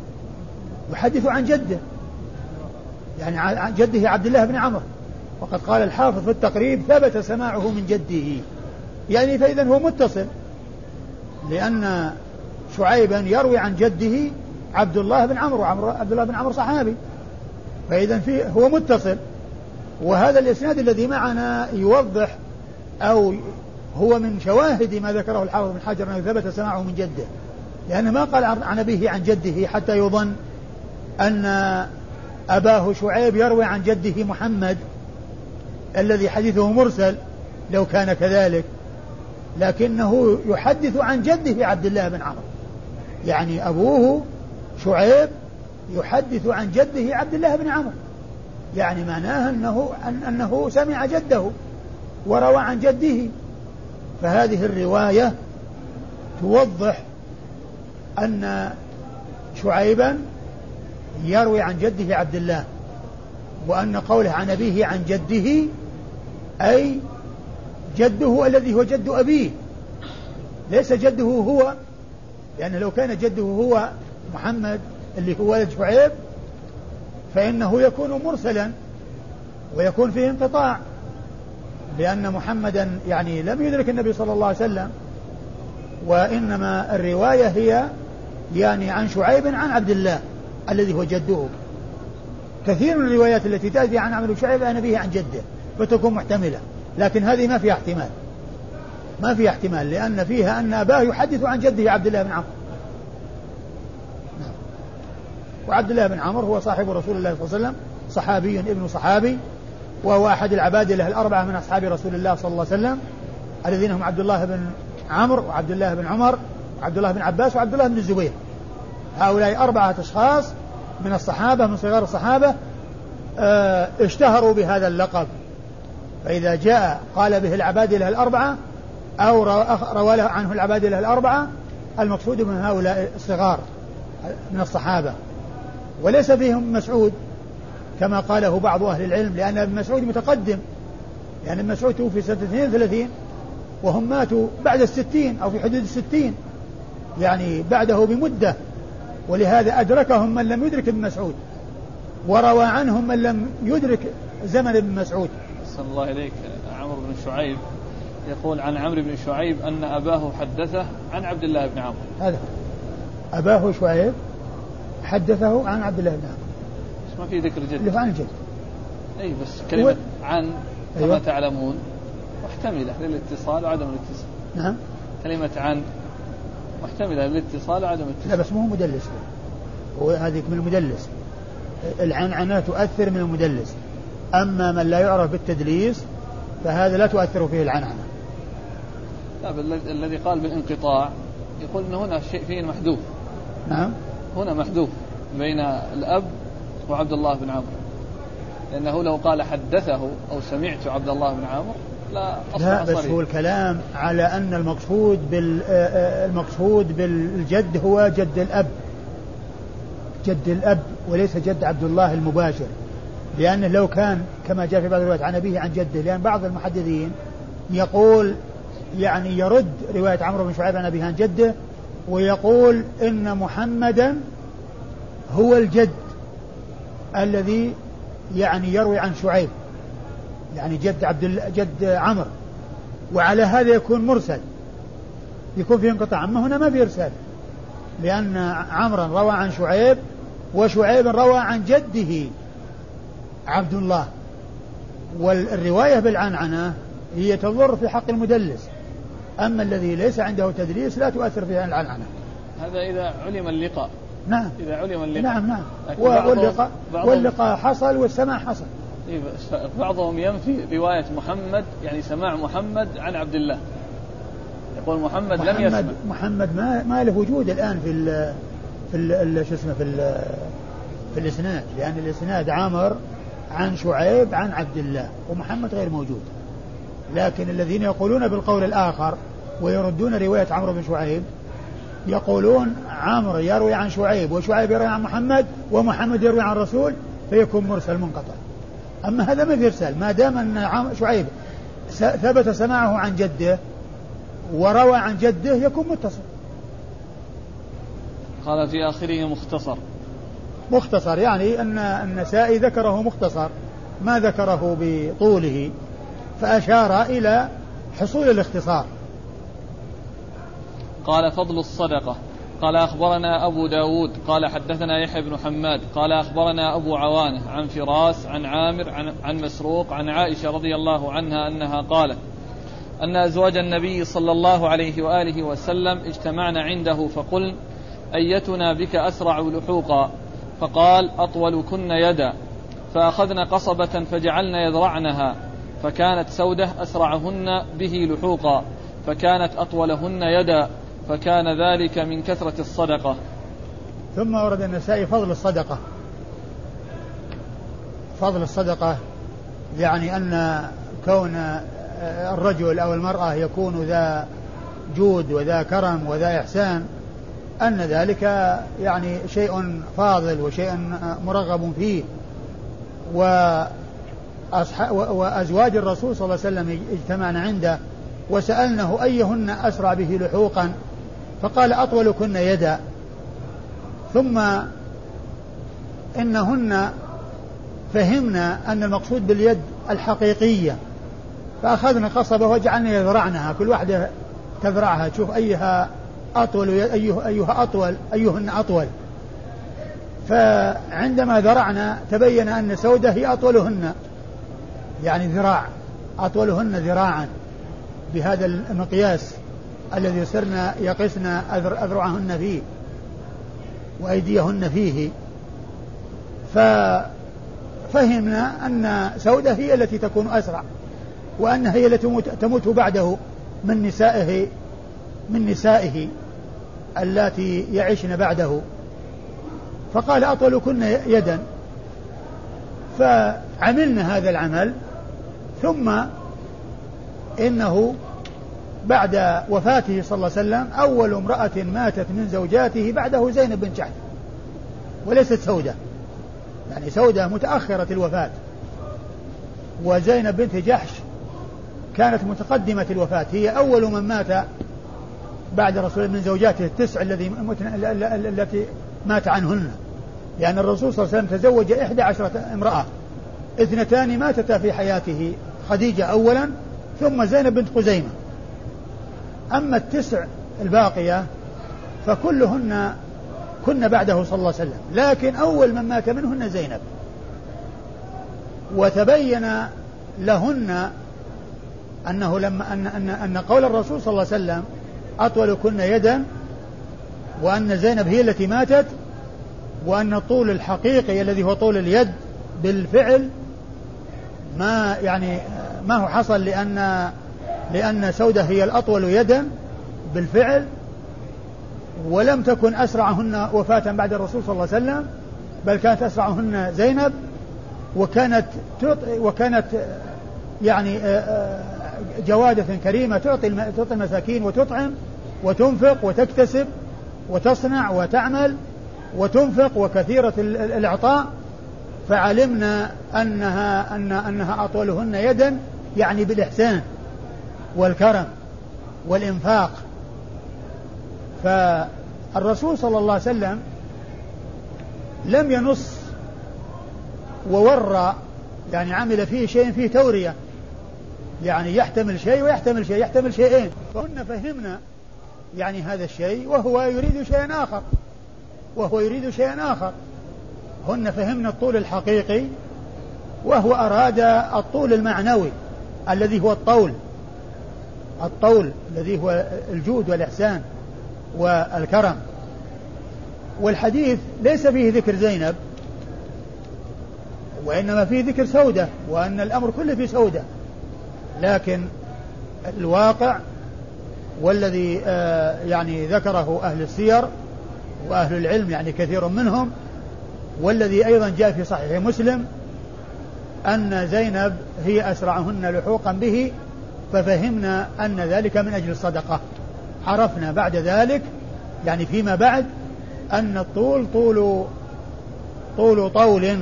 يحدث عن جده يعني عن جده عبد الله بن عمرو. وقد قال الحافظ في التقريب ثبت سماعه من جده، يعني فإذا هو متصل، لأن شعيبا يروي عن جده عبد الله بن عمرو عبد الله بن عمرو صحابي، فإذا فيه هو متصل. وهذا الإسناد الذي معنا يوضح أو هو من شواهد ما ذكره الحافظ بن حجر أنه ثبت سماعه من جده، لأنه ما قال عن أبيه عن جده حتى يظن أن أباه شعيب يروي عن جده محمد الذي حديثه مرسل لو كان كذلك، لكنه يحدث عن جده عبد الله بن عمرو، يعني أبوه شعيب يحدث عن جده عبد الله بن عمرو، يعني معناه أنه, أنه سمع جده وروى عن جده. فهذه الرواية توضح أن شعيبا يروي عن جده عبد الله، وأن قوله عن أبيه عن جده أي جده الذي هو جد أبيه، ليس جده هو، لأن لو كان جده هو محمد اللي هو ولد شعيب فإنه يكون مرسلا ويكون فيه انقطاع، لأن محمدا يعني لم يدرك النبي صلى الله عليه وسلم، وإنما الرواية هي يعني عن شعيب عن عبد الله الذي هو جده. كثير من الروايات التي تأتي عن عمرو بن شعيب عن به عن جده فتكون محتملة، لكن هذه ما فيها احتمال، ما فيها احتمال، لأن فيها أن أباه يحدث عن جده عبد الله بن عمرو. وعبد الله بن عمرو هو صاحب رسول الله صلى الله عليه وسلم، صحابي ابن صحابي، وهو أحد العبادلة الأربعة من أصحاب رسول الله صلى الله عليه وسلم الذين هم عبد الله بن عمرو وعبد الله بن عمر وعبد الله بن عباس وعبد الله بن الزبير. هؤلاء أربعة أشخاص من الصحابة من صغار الصحابة اشتهروا بهذا اللقب، فإذا جاء قال به العبادلة الأربعة أو روى عنه العبادلة الأربعة المقصود من هؤلاء الصغار من الصحابة، وليس فيهم مسعود كما قاله بعض أهل العلم، لأن ابن مسعود متقدم، لأن ابن مسعود توفي سنة اثنين وثلاثين وهم ماتوا بعد الستين أو في حدود الستين، يعني بعده بمدة، ولهذا أدركهم من لم يدرك ابن مسعود وروى عنهم من لم يدرك زمن ابن مسعود. صلى الله عليك. عمرو بن شعيب يقول عن عمرو بن شعيب أن أباه حدثه عن عبد الله بن عمرو. هذا أباه شعيب حدثه عن عبد الله بن عمرو، ما في ذكر جد اللي عن الجد. أي بس كلمة و... عن كما أيوة. تعلمون محتملة للاتصال وعدم الاتصال. نعم. كلمة عن محتملة للاتصال وعدم الاتصال. لا بس مو مدلس، وهذه من المدلس، العنعنة تؤثر من المدلس، أما من لا يعرف بالتدليس فهذا لا تؤثر فيه العنعنة. لا بل الذي قال بالانقطاع يقول أن هنا شيء فيه محذوف. نعم. هنا محذوف بين الأب وعبد الله بن عمرو، لأنه لو قال حدثه أو سمعت عبد الله بن عمرو لا أصبح لا بس صريح. هو الكلام على أن المقصود بال المقصود بالجد هو جد الأب، جد الأب وليس جد عبد الله المباشر، لأنه لو كان كما جاء في بعض الروايات عن أبيه عن جده، لأن بعض المحدثين يقول يعني يرد رواية عمرو بن شعيب عن أبيه عن جده ويقول إن محمدا هو الجد الذي يعني يروي عن شعيب، يعني جد عبد جد عمرو، وعلى هذا يكون مرسل، يكون فيه انقطاع. أما هنا ما في إرسال، لأن عمرا روى عن شعيب وشعيب روى عن جده عبد الله، والرواية بالعنعنة هي تضر في حق المدلس، أما الذي ليس عنده تدليس لا تؤثر فيه العنعنة. هذا إذا علم اللقاء. نعم. إذا علم اللقاء. نعم نعم. واللقاء واللقاء حصل والسماع حصل. بعضهم ينفي رواية محمد، يعني سماع محمد عن عبد الله، يقول محمد, محمد لم يسمع. محمد ما ما له وجود الآن في ال في ال شو اسمه في ال في الإسناد، لأن الإسناد عامر عن شعيب عن عبد الله ومحمد غير موجود. لكن الذين يقولون بالقول الآخر ويردون رواية عمرو بن شعيب يقولون عمرو يروي عن شعيب وشعيب يروي عن محمد ومحمد يروي عن الرسول، فيكون مرسل منقطع. أما هذا ما في إرسال، ما دام أن شعيب ثبت سماعه عن جده وروى عن جده يكون متصل. قال في آخره مختصر. مختصر يعني أن النسائي ذكره مختصر ما ذكره بطوله، فأشار إلى حصول الاختصار. قال فضل الصدقة. قال أخبرنا أبو داود قال حدثنا يحيى بن حماد قال أخبرنا أبو عوانة عن فراس عن عامر عن, عن مسروق عن عائشة رضي الله عنها أنها قالت أن أزواج النبي صلى الله عليه وآله وسلم اجتمعنا عنده فقلن أيتنا بك أسرع لحوقا، فقال أطول كن يدا، فأخذنا قصبة فجعلنا يذرعنها، فكانت سودة أسرعهن به لحوقا، فكانت أطولهن يدا، فكان ذلك من كثرة الصدقة. ثم ورد النسائي فضل الصدقة. فضل الصدقة يعني أن كون الرجل أو المرأة يكون ذا جود وذا كرم وذا إحسان أن ذلك يعني شيء فاضل وشيء مرغب فيه. وأزواج الرسول صلى الله عليه وسلم اجتمعنا عنده وسألناه أيهن أسرع به لحوقا، فقال أطول كن يدا، ثم إنهن فهمنا أن المقصود باليد الحقيقية فأخذنا قصبة وجعلنا يذرعنها، كل واحدة تذرعها تشوف أيها أطول أيه أيها أطول أيهن أطول. فعندما ذرعنا تبين أن سودة هي أطولهن، يعني ذراع، أطولهن ذراعا بهذا المقياس الذي صرنا يقسن أذرعهن فيه وأيديهن فيه. ففهمنا أن سودة هي التي تكون أسرع، وأنها هي التي تموت بعده من نسائه من نسائه التي يعيشن بعده. فقال أطولكن يدا، فعملنا هذا العمل. ثم إنه بعد وفاته صلى الله عليه وسلم أول امرأة ماتت من زوجاته بعده زينب بن جحش، وليست سودة، يعني سودة متأخرة الوفاة، وزينب بنت جحش كانت متقدمة الوفاة، هي أول من مات بعد رسول من زوجاته التسع الذي التي مات عنهن، لأن الرسول صلى الله عليه وسلم تزوج إحدى عشرة امرأة، اثنتان ماتتا في حياته، خديجة أولا ثم زينب بنت خزيمة. أما التسع الباقية فكلهن كن بعده صلى الله عليه وسلم، لكن أول من مات منهن زينب. وتبين لهن أنه لما أن, أن, أن قول الرسول صلى الله عليه وسلم أطولكن يدا، وأن زينب هي التي ماتت، وأن الطول الحقيقي الذي هو طول اليد بالفعل ما يعني ما هو حصل، لأن لأن سودة هي الأطول يدا بالفعل، ولم تكن أسرعهن وفاة بعد الرسول صلى الله عليه وسلم، بل كانت أسرعهن زينب، وكانت وكانت يعني جوادة كريمة، تعطي تعطي المساكين وتطعم وتنفق وتكتسب وتصنع وتعمل وتنفق، وكثيرة الإعطاء. فعلمنا أنها أن أنها أطولهن يدا، يعني بالإحسان والكرم والإنفاق. فالرسول صلى الله عليه وسلم لم ينص وورى، يعني عمل فيه شيء فيه تورية، يعني يحتمل شيء ويحتمل شيء، يحتمل شيئين. فهن فهمنا يعني هذا الشيء وهو يريد شيئا آخر وهو يريد شيئا آخر هن فهمنا الطول الحقيقي، وهو أراد الطول المعنوي الذي هو الطول الطول الذي هو الجود والإحسان والكرم. والحديث ليس فيه ذكر زينب، وإنما فيه ذكر سودة، وأن الأمر كله في سودة، لكن الواقع والذي آه يعني ذكره أهل السير وأهل العلم، يعني كثير منهم، والذي أيضا جاء في صحيح مسلم، أن زينب هي أسرعهن لحوقا به، ففهمنا أن ذلك من أجل الصدقة. عرفنا بعد ذلك يعني فيما بعد أن الطول طول طول طول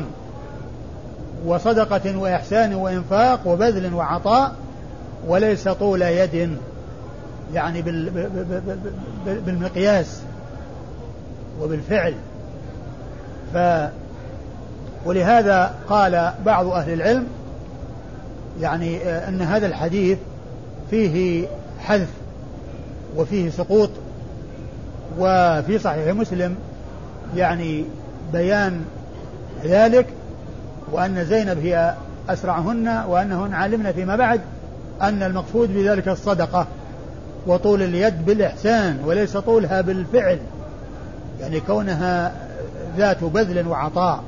وصدقة وإحسان وإنفاق وبذل وعطاء، وليس طول يد يعني بالمقياس وبالفعل. ف ولهذا قال بعض أهل العلم يعني أن هذا الحديث فيه حذف وفيه سقوط، وفي صحيح مسلم يعني بيان ذلك، وأن زينب هي أسرعهن، وأنهن علمنا فيما بعد أن المقصود بذلك الصدقة وطول اليد بالإحسان، وليس طولها بالفعل، يعني كونها ذات بذل وعطاء.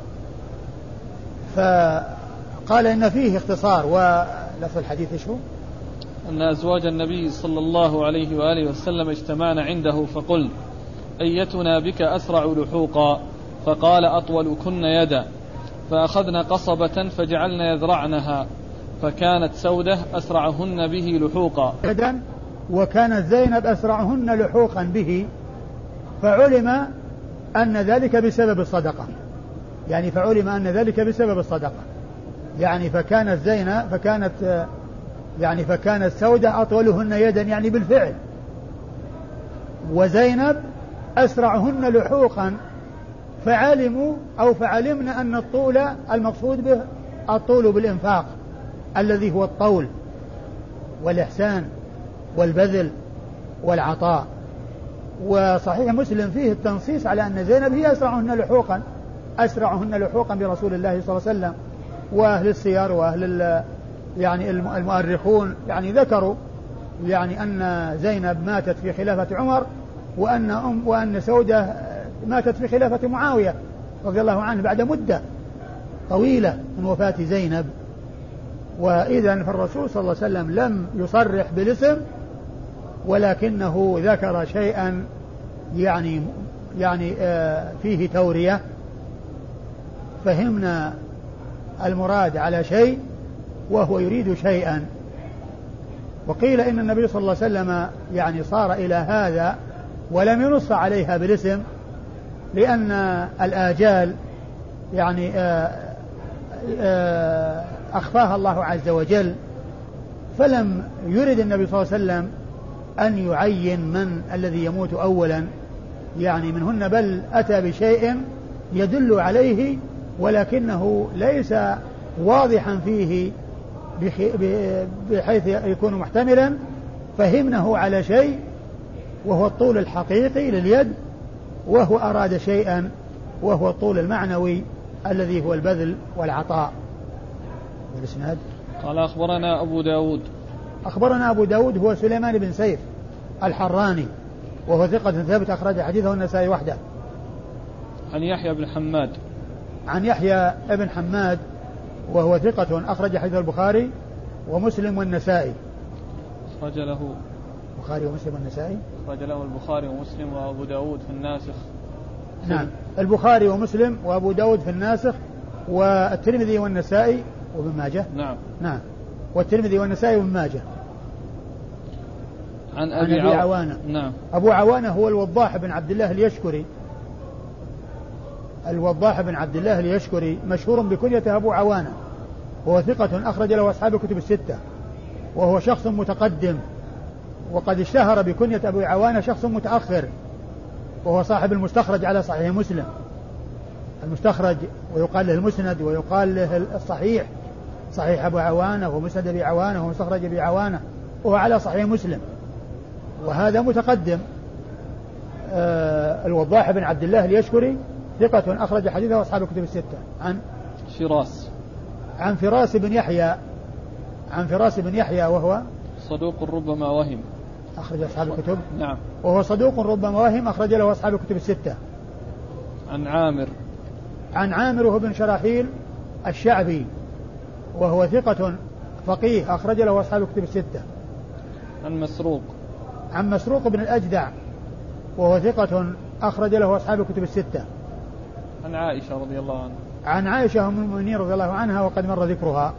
فقال إن فيه اختصار. ولفظ الحديث إيش هو؟ أن أزواج النبي صلى الله عليه وآله وسلم اجتمعنا عنده فقل أيتنا بك أسرع لحوقا، فقال أطولكن يدا، فأخذنا قصبة فجعلنا يذرعنها، فكانت سودة أسرعهن به لحوقا يدا، وكانت زينب أسرعهن لحوقا به، فعلم أن ذلك بسبب الصدقة، يعني فعلم أن ذلك بسبب الصدقة، يعني فكانت زينب فكانت يعني فكانت سودة أطولهن يدا يعني بالفعل، وزينب أسرعهن لحوقا، فعلموا أو فعلمنا أن الطول المقصود به الطول بالإنفاق الذي هو الطول والإحسان والبذل والعطاء. وصحيح مسلم فيه التنصيص على أن زينب هي أسرعهن لحوقا أسرعهن لحوقا برسول الله صلى الله عليه وسلم. وأهل السير وأهل يعني المؤرخون يعني ذكروا يعني أن زينب ماتت في خلافة عمر، وأن أم وأن سودة ماتت في خلافة معاوية رضي الله عنه بعد مدة طويلة من وفاة زينب. وإذن فالرسول صلى الله عليه وسلم لم يصرح بالاسم، ولكنه ذكر شيئا يعني يعني فيه تورية، فهمنا المراد على شيء وهو يريد شيئا. وقيل إن النبي صلى الله عليه وسلم يعني صار إلى هذا ولم ينص عليها بالاسم، لأن الآجال يعني أخفاها الله عز وجل، فلم يرد النبي صلى الله عليه وسلم أن يعين من الذي يموت أولا يعني منهن، بل أتى بشيء يدل عليه ولكنه ليس واضحا فيه بحيث يكون محتملا، فهمنه على شيء وهو الطول الحقيقي لليد، وهو أراد شيئا وهو الطول المعنوي الذي هو البذل والعطاء. والإسناد قال أخبرنا أبو داود أخبرنا أبو داود هو سليمان بن سيف الحراني وهو ثقة ثابت أخرج حديثه النسائي وحده. عن يحيى بن حماد عن يحيى بن حماد وهو ثقة أخرج حديث البخاري ومسلم والنسائي. أخرج له البخاري ومسلم والنسائي أخرج له البخاري ومسلم وأبو داود في الناسخ. نعم البخاري ومسلم وأبو داود في الناسخ والترمذي والنسائي وابن ماجه. نعم نعم والترمذي والنسائي وابن ماجه. عن أبي, عن أبي عو... عوانة. نعم أبو عوانة هو الوضاح بن عبد الله اليشكري الوضاح بن عبد الله اليشكري مشهور بكنيته أبو عوانة، وهو ثقة أخرج له أصحاب الكتب الستة، وهو شخص متقدم، وقد اشتهر بكنية أبو عوانة شخص متأخر، وهو صاحب المستخرج على صحيح مسلم. المستخرج ويقال له المسند ويقال له الصحيح، صحيح أبو عوانة ومسند أبي عوانة ومستخرج أبي عوانة، وهو على صحيح مسلم، وهذا متقدم. آه الوضاح بن عبد الله اليشكري ثقة أخرج حديثه أصحاب الكتب الستة. عن فراس عن فراس بن يحيى عن فراس بن يحيى وهو صدوق ربما وهم أخرج أصحاب الكتب. نعم وهو صدوق ربما وهم أخرج له أصحاب الكتب الستة. عن عامر عن عامر وهو بن شراحيل الشعبي وهو ثقة فقيه أخرج له أصحاب الكتب الستة. عن مسروق عن مسروق بن الأجدع وهو ثقة أخرج له أصحاب الكتب الستة. عن عائشة رضي الله عنها عن عائشة أم المؤمنين رضي الله عنها وقد مر ذكرها.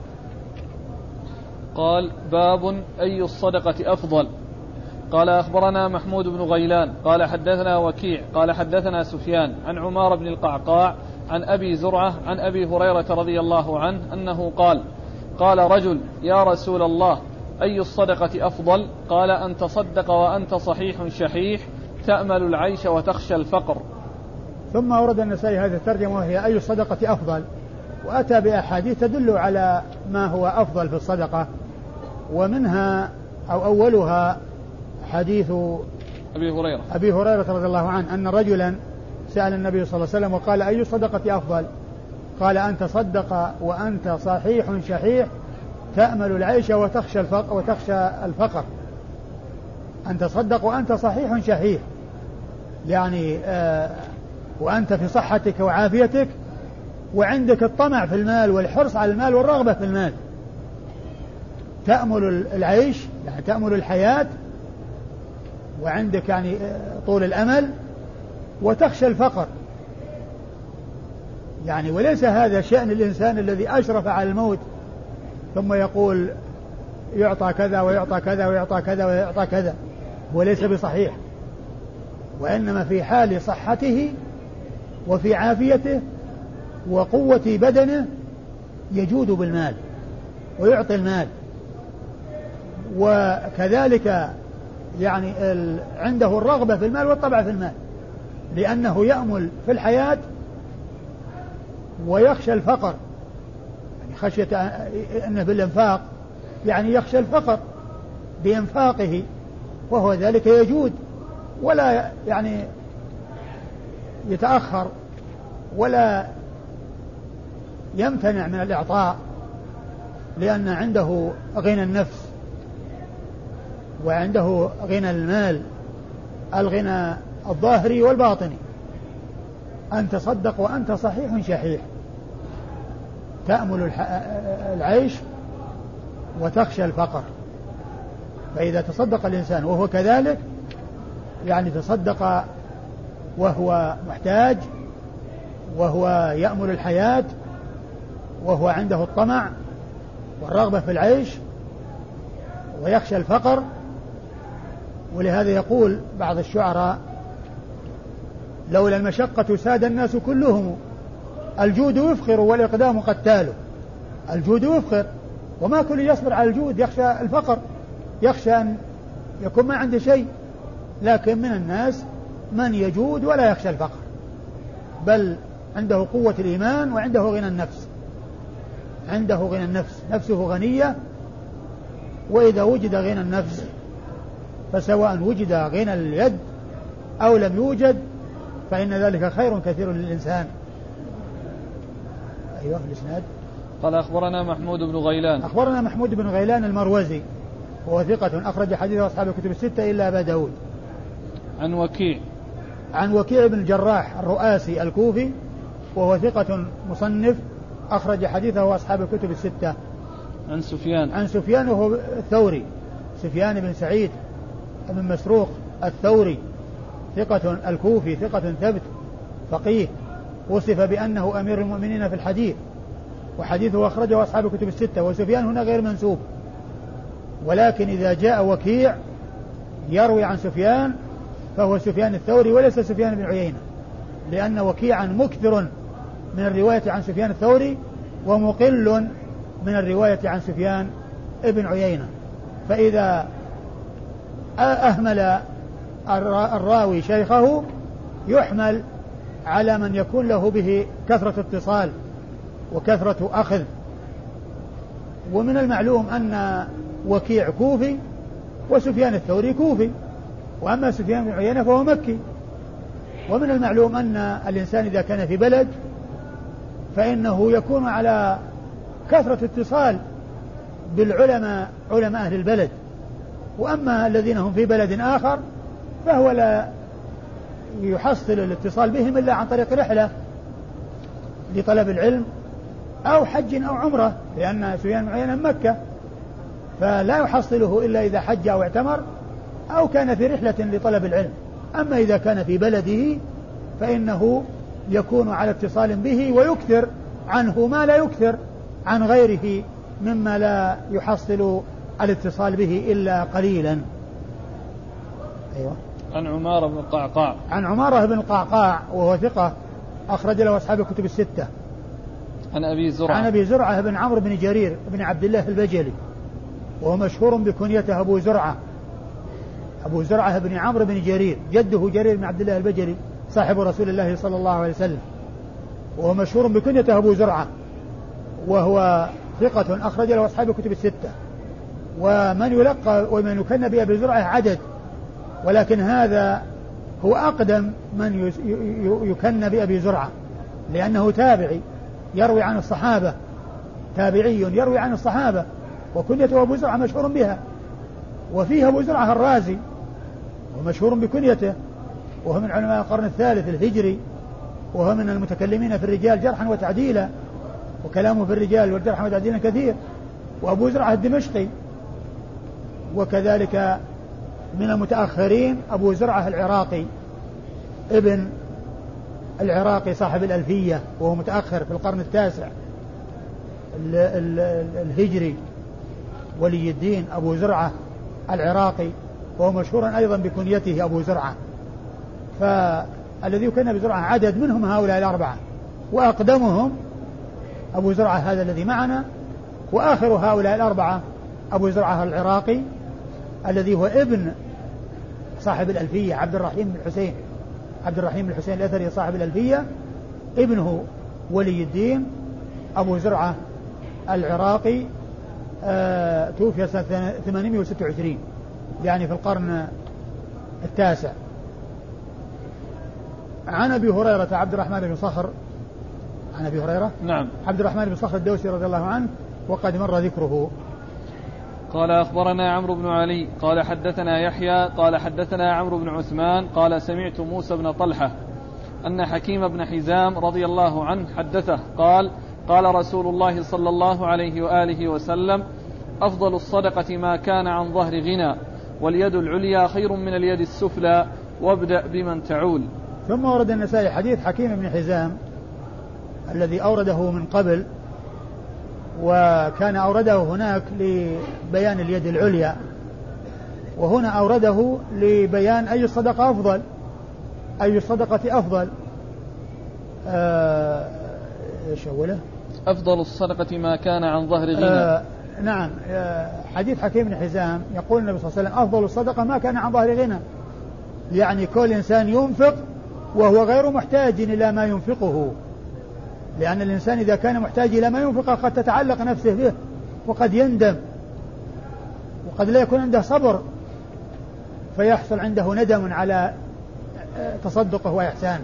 قال باب أي الصدقة أفضل. قال أخبرنا محمود بن غيلان قال حدثنا وكيع قال حدثنا سفيان عن عمار بن القعقاع عن أبي زرعة عن أبي هريرة رضي الله عنه أنه قال قال رجل يا رسول الله أي الصدقة أفضل؟ قال أن تصدق وأنت صحيح شحيح تأمل العيش وتخشى الفقر. ثم أورد النسائي هذه الترجمة وهي أي الصدقة أفضل، وأتى بأحاديث تدل على ما هو أفضل في الصدقة، ومنها أو أولها حديث أبي هريرة أبي هريرة رضي الله عنه أن رجلا سأل النبي صلى الله عليه وسلم وقال أي الصدقة أفضل؟ قال أن تصدق وأنت صحيح شحيح تأمل العيش وتخشى الفقر, وتخشى الفقر. أن تصدق وأنت صحيح شحيح يعني آه وأنت في صحتك وعافيتك وعندك الطمع في المال والحرص على المال والرغبة في المال. تأمل العيش يعني تأمل الحياة وعندك يعني طول الأمل، وتخشى الفقر يعني. وليس هذا شأن الإنسان الذي أشرف على الموت ثم يقول يعطى كذا ويعطى كذا ويعطى كذا ويعطى كذا، وليس بصحيح. وإنما في حال صحته وفي عافيته وقوة بدنه يجود بالمال ويعطي المال. وكذلك يعني عنده الرغبة في المال والطبع في المال، لأنه يأمل في الحياة ويخشى الفقر يعني خشية أنه بالإنفاق يعني يخشى الفقر بإنفاقه، وهو ذلك يجود ولا يعني يتأخر ولا يمتنع من الإعطاء، لأن عنده غنى النفس وعنده غنى المال، الغنى الظاهري والباطني. أن تصدق وأنت صحيح شحيح، تأمل العيش وتخشى الفقر. فإذا تصدق الإنسان وهو كذلك، يعني تصدق وهو محتاج، وهو يأمل الحياة، وهو عنده الطمع والرغبة في العيش ويخشى الفقر. ولهذا يقول بعض الشعراء: لولا المشقة ساد الناس كلهم، الجود يفخر والإقدام قتال. الجود يفخر، وما كل يصبر على الجود، يخشى الفقر، يخشى أن يكون ما عنده شيء. لكن من الناس من يجود ولا يخشى الفقر، بل عنده قوة الإيمان وعنده غنى النفس، عنده غنى النفس، نفسه غنية. وإذا وجد غنى النفس، فسواء وجد غنى اليد أو لم يوجد، فإن ذلك خير كثير للإنسان. أيوة الإسناد. قال أخبرنا محمود بن غيلان. أخبرنا محمود بن غيلان المروزي، وهو ثقة أخرج حديثه أصحاب الكتب الستة إلا أبا داود. عن وكيع. عن وكيع بن الجراح الرؤاسي الكوفي، وهو ثقة مصنف أخرج حديثه أصحاب الكتب الستة. عن سفيان. عن سفيان وهو الثوري، سفيان بن سعيد بن مسروق الثوري، ثقة الكوفي، ثقة ثبت فقيه، وصف بأنه أمير المؤمنين في الحديث، وحديثه أخرجه أصحاب الكتب الستة. وسفيان هنا غير منسوب، ولكن إذا جاء وكيع يروي عن سفيان فهو سفيان الثوري وليس سفيان بن عيينة، لأن وكيعا مكثر من الرواية عن سفيان الثوري ومقل من الرواية عن سفيان ابن عيينة. فإذا أهمل الراوي شيخه يحمل على من يكون له به كثرة اتصال وكثرة أخذ. ومن المعلوم أن وكيع كوفي وسفيان الثوري كوفي، وأما سفيان بن عيينة فهو مكي. ومن المعلوم أن الإنسان إذا كان في بلد فإنه يكون على كثرة اتصال بالعلماء، علماء أهل البلد. وأما الذين هم في بلد آخر فهو لا يحصل الاتصال بهم إلا عن طريق رحلة لطلب العلم أو حج أو عمرة، لأن سفيان بن عيينة مكة، فلا يحصله إلا إذا حج أو اعتمر أو كان في رحلة لطلب العلم. أما إذا كان في بلده فإنه يكون على اتصال به ويكثر عنه ما لا يكثر عن غيره مما لا يحصل الاتصال به إلا قليلا. أيوة. عن عمارة بن القعقاع. عن عمارة بن القعقاع وهو ثقة أخرج له أصحاب الكتب الستة. عن أبي زرعة. عن أبي زرعة بن عمرو بن جرير بن عبد الله البجلي، وهو مشهور بكنيته أبو زرعة. أبو زرعة بن عمرو بن جرير، جده جرير بن عبد الله البجلي صاحب رسول الله صلى الله عليه وسلم، وهو مشهور بكنيته أبو زرعة، وهو ثقة أخرج له أصحاب الكتب الستة. ومن يلقى ومن يكن بأبي زرعة عدد، ولكن هذا هو أقدم من يكن بأبي زرعة، لأنه تابعي يروي عن الصحابة، تابعي يروي عن الصحابة، وكنيته أبو زرعة مشهور بها. وفيه أبو زرعة الرازي ومشهور بكنيته، وهو من علماء القرن الثالث الهجري، وهو من المتكلمين في الرجال جرحا وتعديلا، وكلامه في الرجال والجرح والتعديل كثير. وأبو زرعة الدمشقي، وكذلك من المتأخرين أبو زرعة العراقي ابن العراقي صاحب الألفية، وهو متأخر في القرن التاسع الهجري، ولي الدين أبو زرعة العراقي، وهو مشهور أيضا بكنيته أبو زرعة. فالذي يكن بزرعة عدد منهم هؤلاء الأربعة، وأقدمهم أبو زرعة هذا الذي معنا، وآخر هؤلاء الأربعة أبو زرعة العراقي الذي هو ابن صاحب الألفية عبد الرحيم بن الحسين، عبد الرحيم بن الحسين الأثري صاحب الألفية، ابنه ولي الدين أبو زرعة العراقي، آه توفي سنة ثمانمائة وستة وعشرين يعني في القرن التاسع. عن أبي هريرة عبد الرحمن بن صخر عن أبي هريرة نعم عبد الرحمن بن صخر الدوسي رضي الله عنه وقد مر ذكره. قال أخبرنا عمرو بن علي قال حدثنا يحيى قال حدثنا عمرو بن عثمان قال سمعت موسى بن طلحة أن حكيم بن حزام رضي الله عنه حدثه قال قال رسول الله صلى الله عليه وآله وسلم أفضل الصدقة ما كان عن ظهر غنى واليد العليا خير من اليد السفلى وابدأ بمن تعول. ثم ورد النسائي حديث حكيم بن حزام الذي أورده من قبل، وكان أورده هناك لبيان اليد العليا، وهنا أورده لبيان أي الصدقة أفضل، أي الصدقة أفضل. آه إيش أوله؟ أفضل الصدقة ما كان عن ظهر غنى. آه نعم. آه حديث حكيم بن حزام يقول النبي صلى الله عليه وسلم أفضل الصدقة ما كان عن ظهر غنى، يعني كل إنسان ينفق وهو غير محتاج إلى ما ينفقه، لأن الإنسان إذا كان محتاج إلى ما ينفقه قد تتعلق نفسه به وقد يندم وقد لا يكون عنده صبر فيحصل عنده ندم على تصدقه وإحسانه.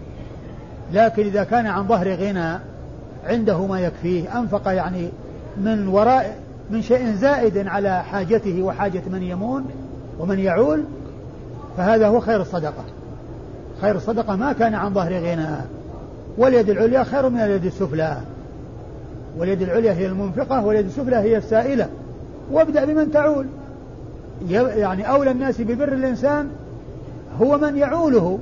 لكن إذا كان عن ظهر غنى عنده ما يكفيه أنفق يعني من وراء من شيء زائد على حاجته وحاجة من يمون ومن يعول، فهذا هو خير الصدقة. خير الصدقة ما كان عن ظهر غنى. واليد العليا خير من اليد السفلى، واليد العليا هي المنفقة واليد السفلى هي السائلة. وابدأ بمن تعول، يعني أولى الناس ببر الإنسان هو من يعوله.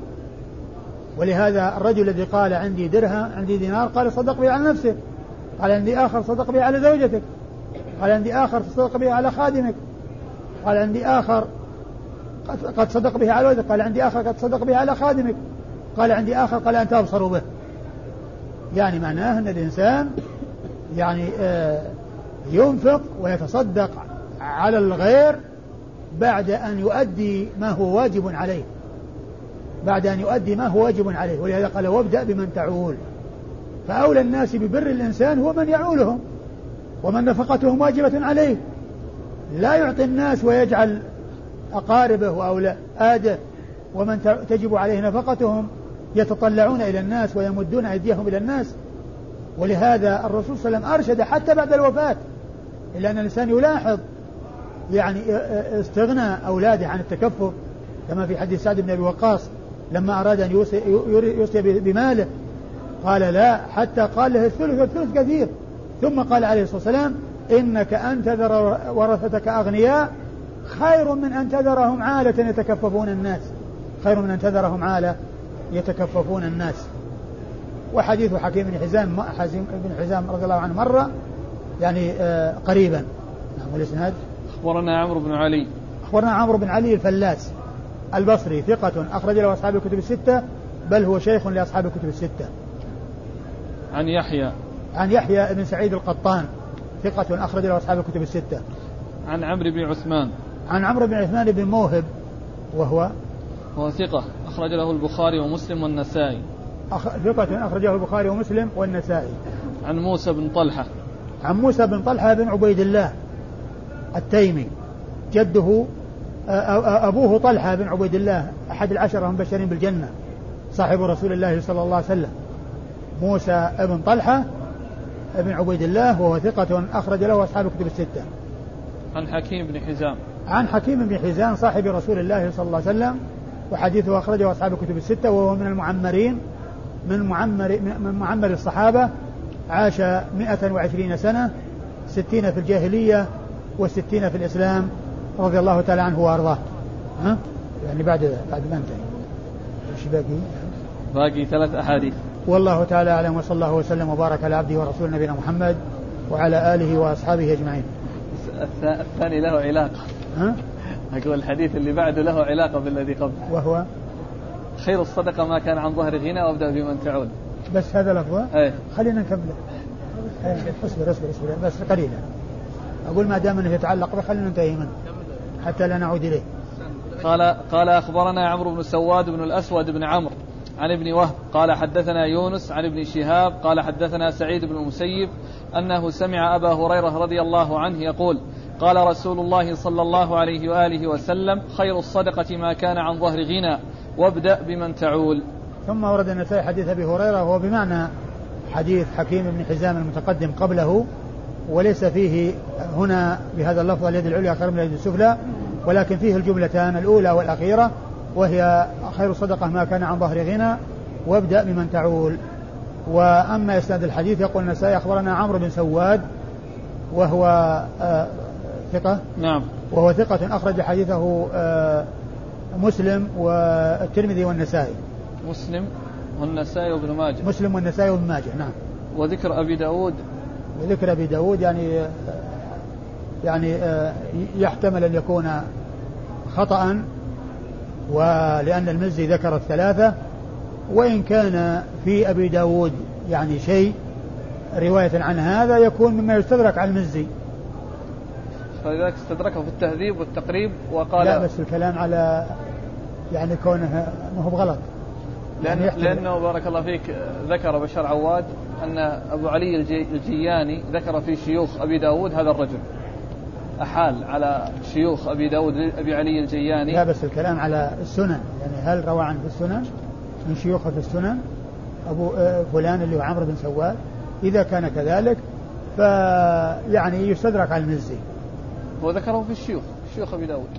ولهذا الرجل الذي قال عندي درهم عندي دينار قال صدق به على نفسه، قال عندي آخر صدق به على زوجتك، قال عندي آخر صدق به على خادمك، قال عندي آخر قد صدق به على ولدك، قال عندي آخر قد صدق به على خادمك، قال عندي آخر قال أنت أبصر به. يعني معناه أن الإنسان يعني ينفق ويتصدق على الغير بعد أن يؤدي ما هو واجب عليه، بعد أن يؤدي ما هو واجب عليه. ولهذا قال وابدأ بمن تعول. فأولى الناس ببر الإنسان هو من يعولهم ومن نفقتهم واجبة عليه. لا يعطي الناس ويجعل أقاربه وأولاده ومن تجب عليه نفقتهم يتطلعون إلى الناس ويمدون أيديهم إلى الناس. ولهذا الرسول صلى الله عليه وسلم أرشد حتى بعد الوفاة إلا أن الإنسان يلاحظ يعني استغنى أولاده عن التكفف، كما في حديث سعد بن أبي وقاص لما أراد أن يوصي, يوصي بماله قال لا، حتى قال له الثلث والثلث كثير، ثم قال عليه الصلاة والسلام إنك أن تذر ورثتك أغنياء خير من أن تذرهم عالة يتكففون الناس، خير من أن تذرهم عالة يتكففون الناس. وحديث حكيم بن حزام حزيم بن حزام رضي الله عنه مرة يعني آه قريبا. نعم. والإسناد أخبرنا عمرو بن علي أخبرنا عمرو بن علي الفلاس البصري ثقة أخرج له أصحاب الكتب الستة، بل هو شيخ لأصحاب الكتب الستة. عن يحيى عن يحيى بن سعيد القطان ثقة أخرج له أصحاب الكتب الستة. عن عمرو بن عثمان عن عمرو بن عثمان بن موهب وهو هو ثقة أخرج له البخاري ومسلم والنسائي. أخ... ثقة أخرجه البخاري ومسلم والنسائي. عن موسى بن طلحة عن موسى بن طلحة بن عبيد الله التيمي، جده أبوه طلحة بن عبيد الله أحد العشرة المبشرين بالجنة، صاحب رسول الله صلى الله عليه وسلم. موسى بن طلحة بن عبيد الله وهو ثقة أخرج له أصحاب الكتب الستة. عن حكيم بن حزام عن حكيم بن حزام صاحب رسول الله صلى الله عليه وسلم، وحديثه أخرجه أصحاب الكتب الستة، وهو من المعمرين من معمر من معمر الصحابة، عاش مئة وعشرين سنة، ستين في الجاهلية وستين في الإسلام رضي الله تعالى عنه وأرضاه. ها يعني بعد بعد ما انتهي ايش باقي؟ باقي ثلاث أحاديث. والله تعالى أعلم، وصلى الله وسلم وبارك على عبده ورسول نبينا محمد وعلى آله وأصحابه أجمعين. الثاني له علاقة. ها؟ أقول الحديث اللي بعده له علاقة بالذي قبله، وهو خير الصدقة ما كان عن ظهر غنى وابدأ بمن تعود. بس هذا لفظه؟ ايه خلينا نكمله. ايه اصبر اصبر اصبر بس قليلا. أقول ما دام أنه يتعلق به خلينا ننتهي منه حتى لا نعود إليه. قال قال أخبرنا عمرو بن سواد بن الأسود بن عمرو عن ابن وهب قال حدثنا يونس عن ابن شهاب قال حدثنا سعيد بن المسيب أنه سمع أبا هريرة رضي الله عنه يقول قال رسول الله صلى الله عليه وآله وسلم خير الصدقة ما كان عن ظهر غنى وابدأ بمن تعول. ثم ورد النسائي حديث أبي هريرة وهو بمعنى حديث حكيم بن حزام المتقدم قبله، وليس فيه هنا بهذا اللفظ اليد العليا خير من اليد السفلى، ولكن فيه الجملتان الأولى والأخيرة، وهي خير الصدقة ما كان عن ظهر غنى وابدأ بمن تعول. وأما إسناد الحديث يقول النسائي أخبرنا عمرو بن سواد وهو آه ثقة نعم وهو ثقة أخرج حديثه آه مسلم والترمذي والنسائي. مسلم والنسائي وابن ماجه. مسلم والنسائي وابن ماجه نعم. وذكر أبي داود وذكر أبي داود يعني يعني آه يحتمل أن يكون خطأ، ولأن المزي ذكر الثلاثة، وإن كان في أبي داود يعني شيء رواية عن هذا يكون مما يستدرك على المزي، فلذلك استدركه في التهذيب والتقريب وقال لا بس الكلام على يعني كونه ما هو بغلط، لأن يعني لأنه بارك الله فيك ذكر بشار عواد أن أبو علي الجياني ذكر في شيوخ أبي داود هذا الرجل، أحال على شيوخ أبي داود أبي علي الجياني. لا بس الكلام على السنن، يعني هل روى عنه في السنن من شيوخه في السنن أبو فلان اللي هو عمرو بن سواد؟ إذا كان كذلك فيعني يستدرك على المزي. هو ذكره في الشيوخ شيوخ أبي داود.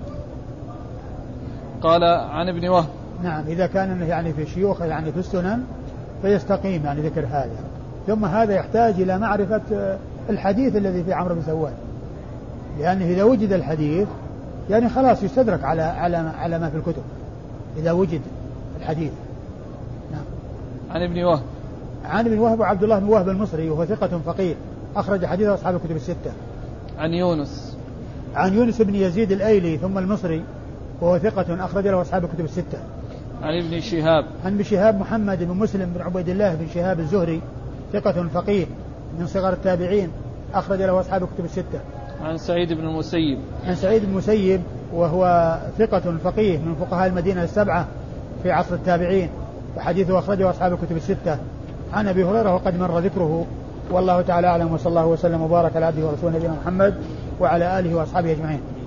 قال عن ابن وهب نعم إذا كان يعني في شيوخ يعني في السنن فيستقيم يعني ذكر هذا. ثم هذا يحتاج إلى معرفة الحديث الذي في عمرو بن سواد، لأنه إذا وجد الحديث يعني خلاص يستدرك على على على ما في الكتب إذا وجد الحديث. نعم. عن ابن وهب عن ابن وهب وعبد الله بن وهب المصري وهو ثقة فقيه أخرج حديث أصحاب الكتب الستة. عن يونس عن يونس بن يزيد الأيلي ثم المصري وهو ثقة أخرج له أصحاب الكتب الستة. عن ابن شهاب عن ابن شهاب محمد بن مسلم بن عبيد الله بن شهاب الزهري ثقة فقيه من صغار التابعين أخرج له أصحاب الكتب الستة. عن سعيد بن المسيب عن سعيد بن المسيب وهو ثقة فقيه من فقهاء المدينة السبعة في عصر التابعين وحديثه أخرجه أصحاب الكتب الستة. عن أبي هريرة وقد مر ذكره، والله تعالى أعلم، وصلى الله وسلم وبارك على عبده ورسوله نبينا محمد وعلى آله وأصحابه أجمعين.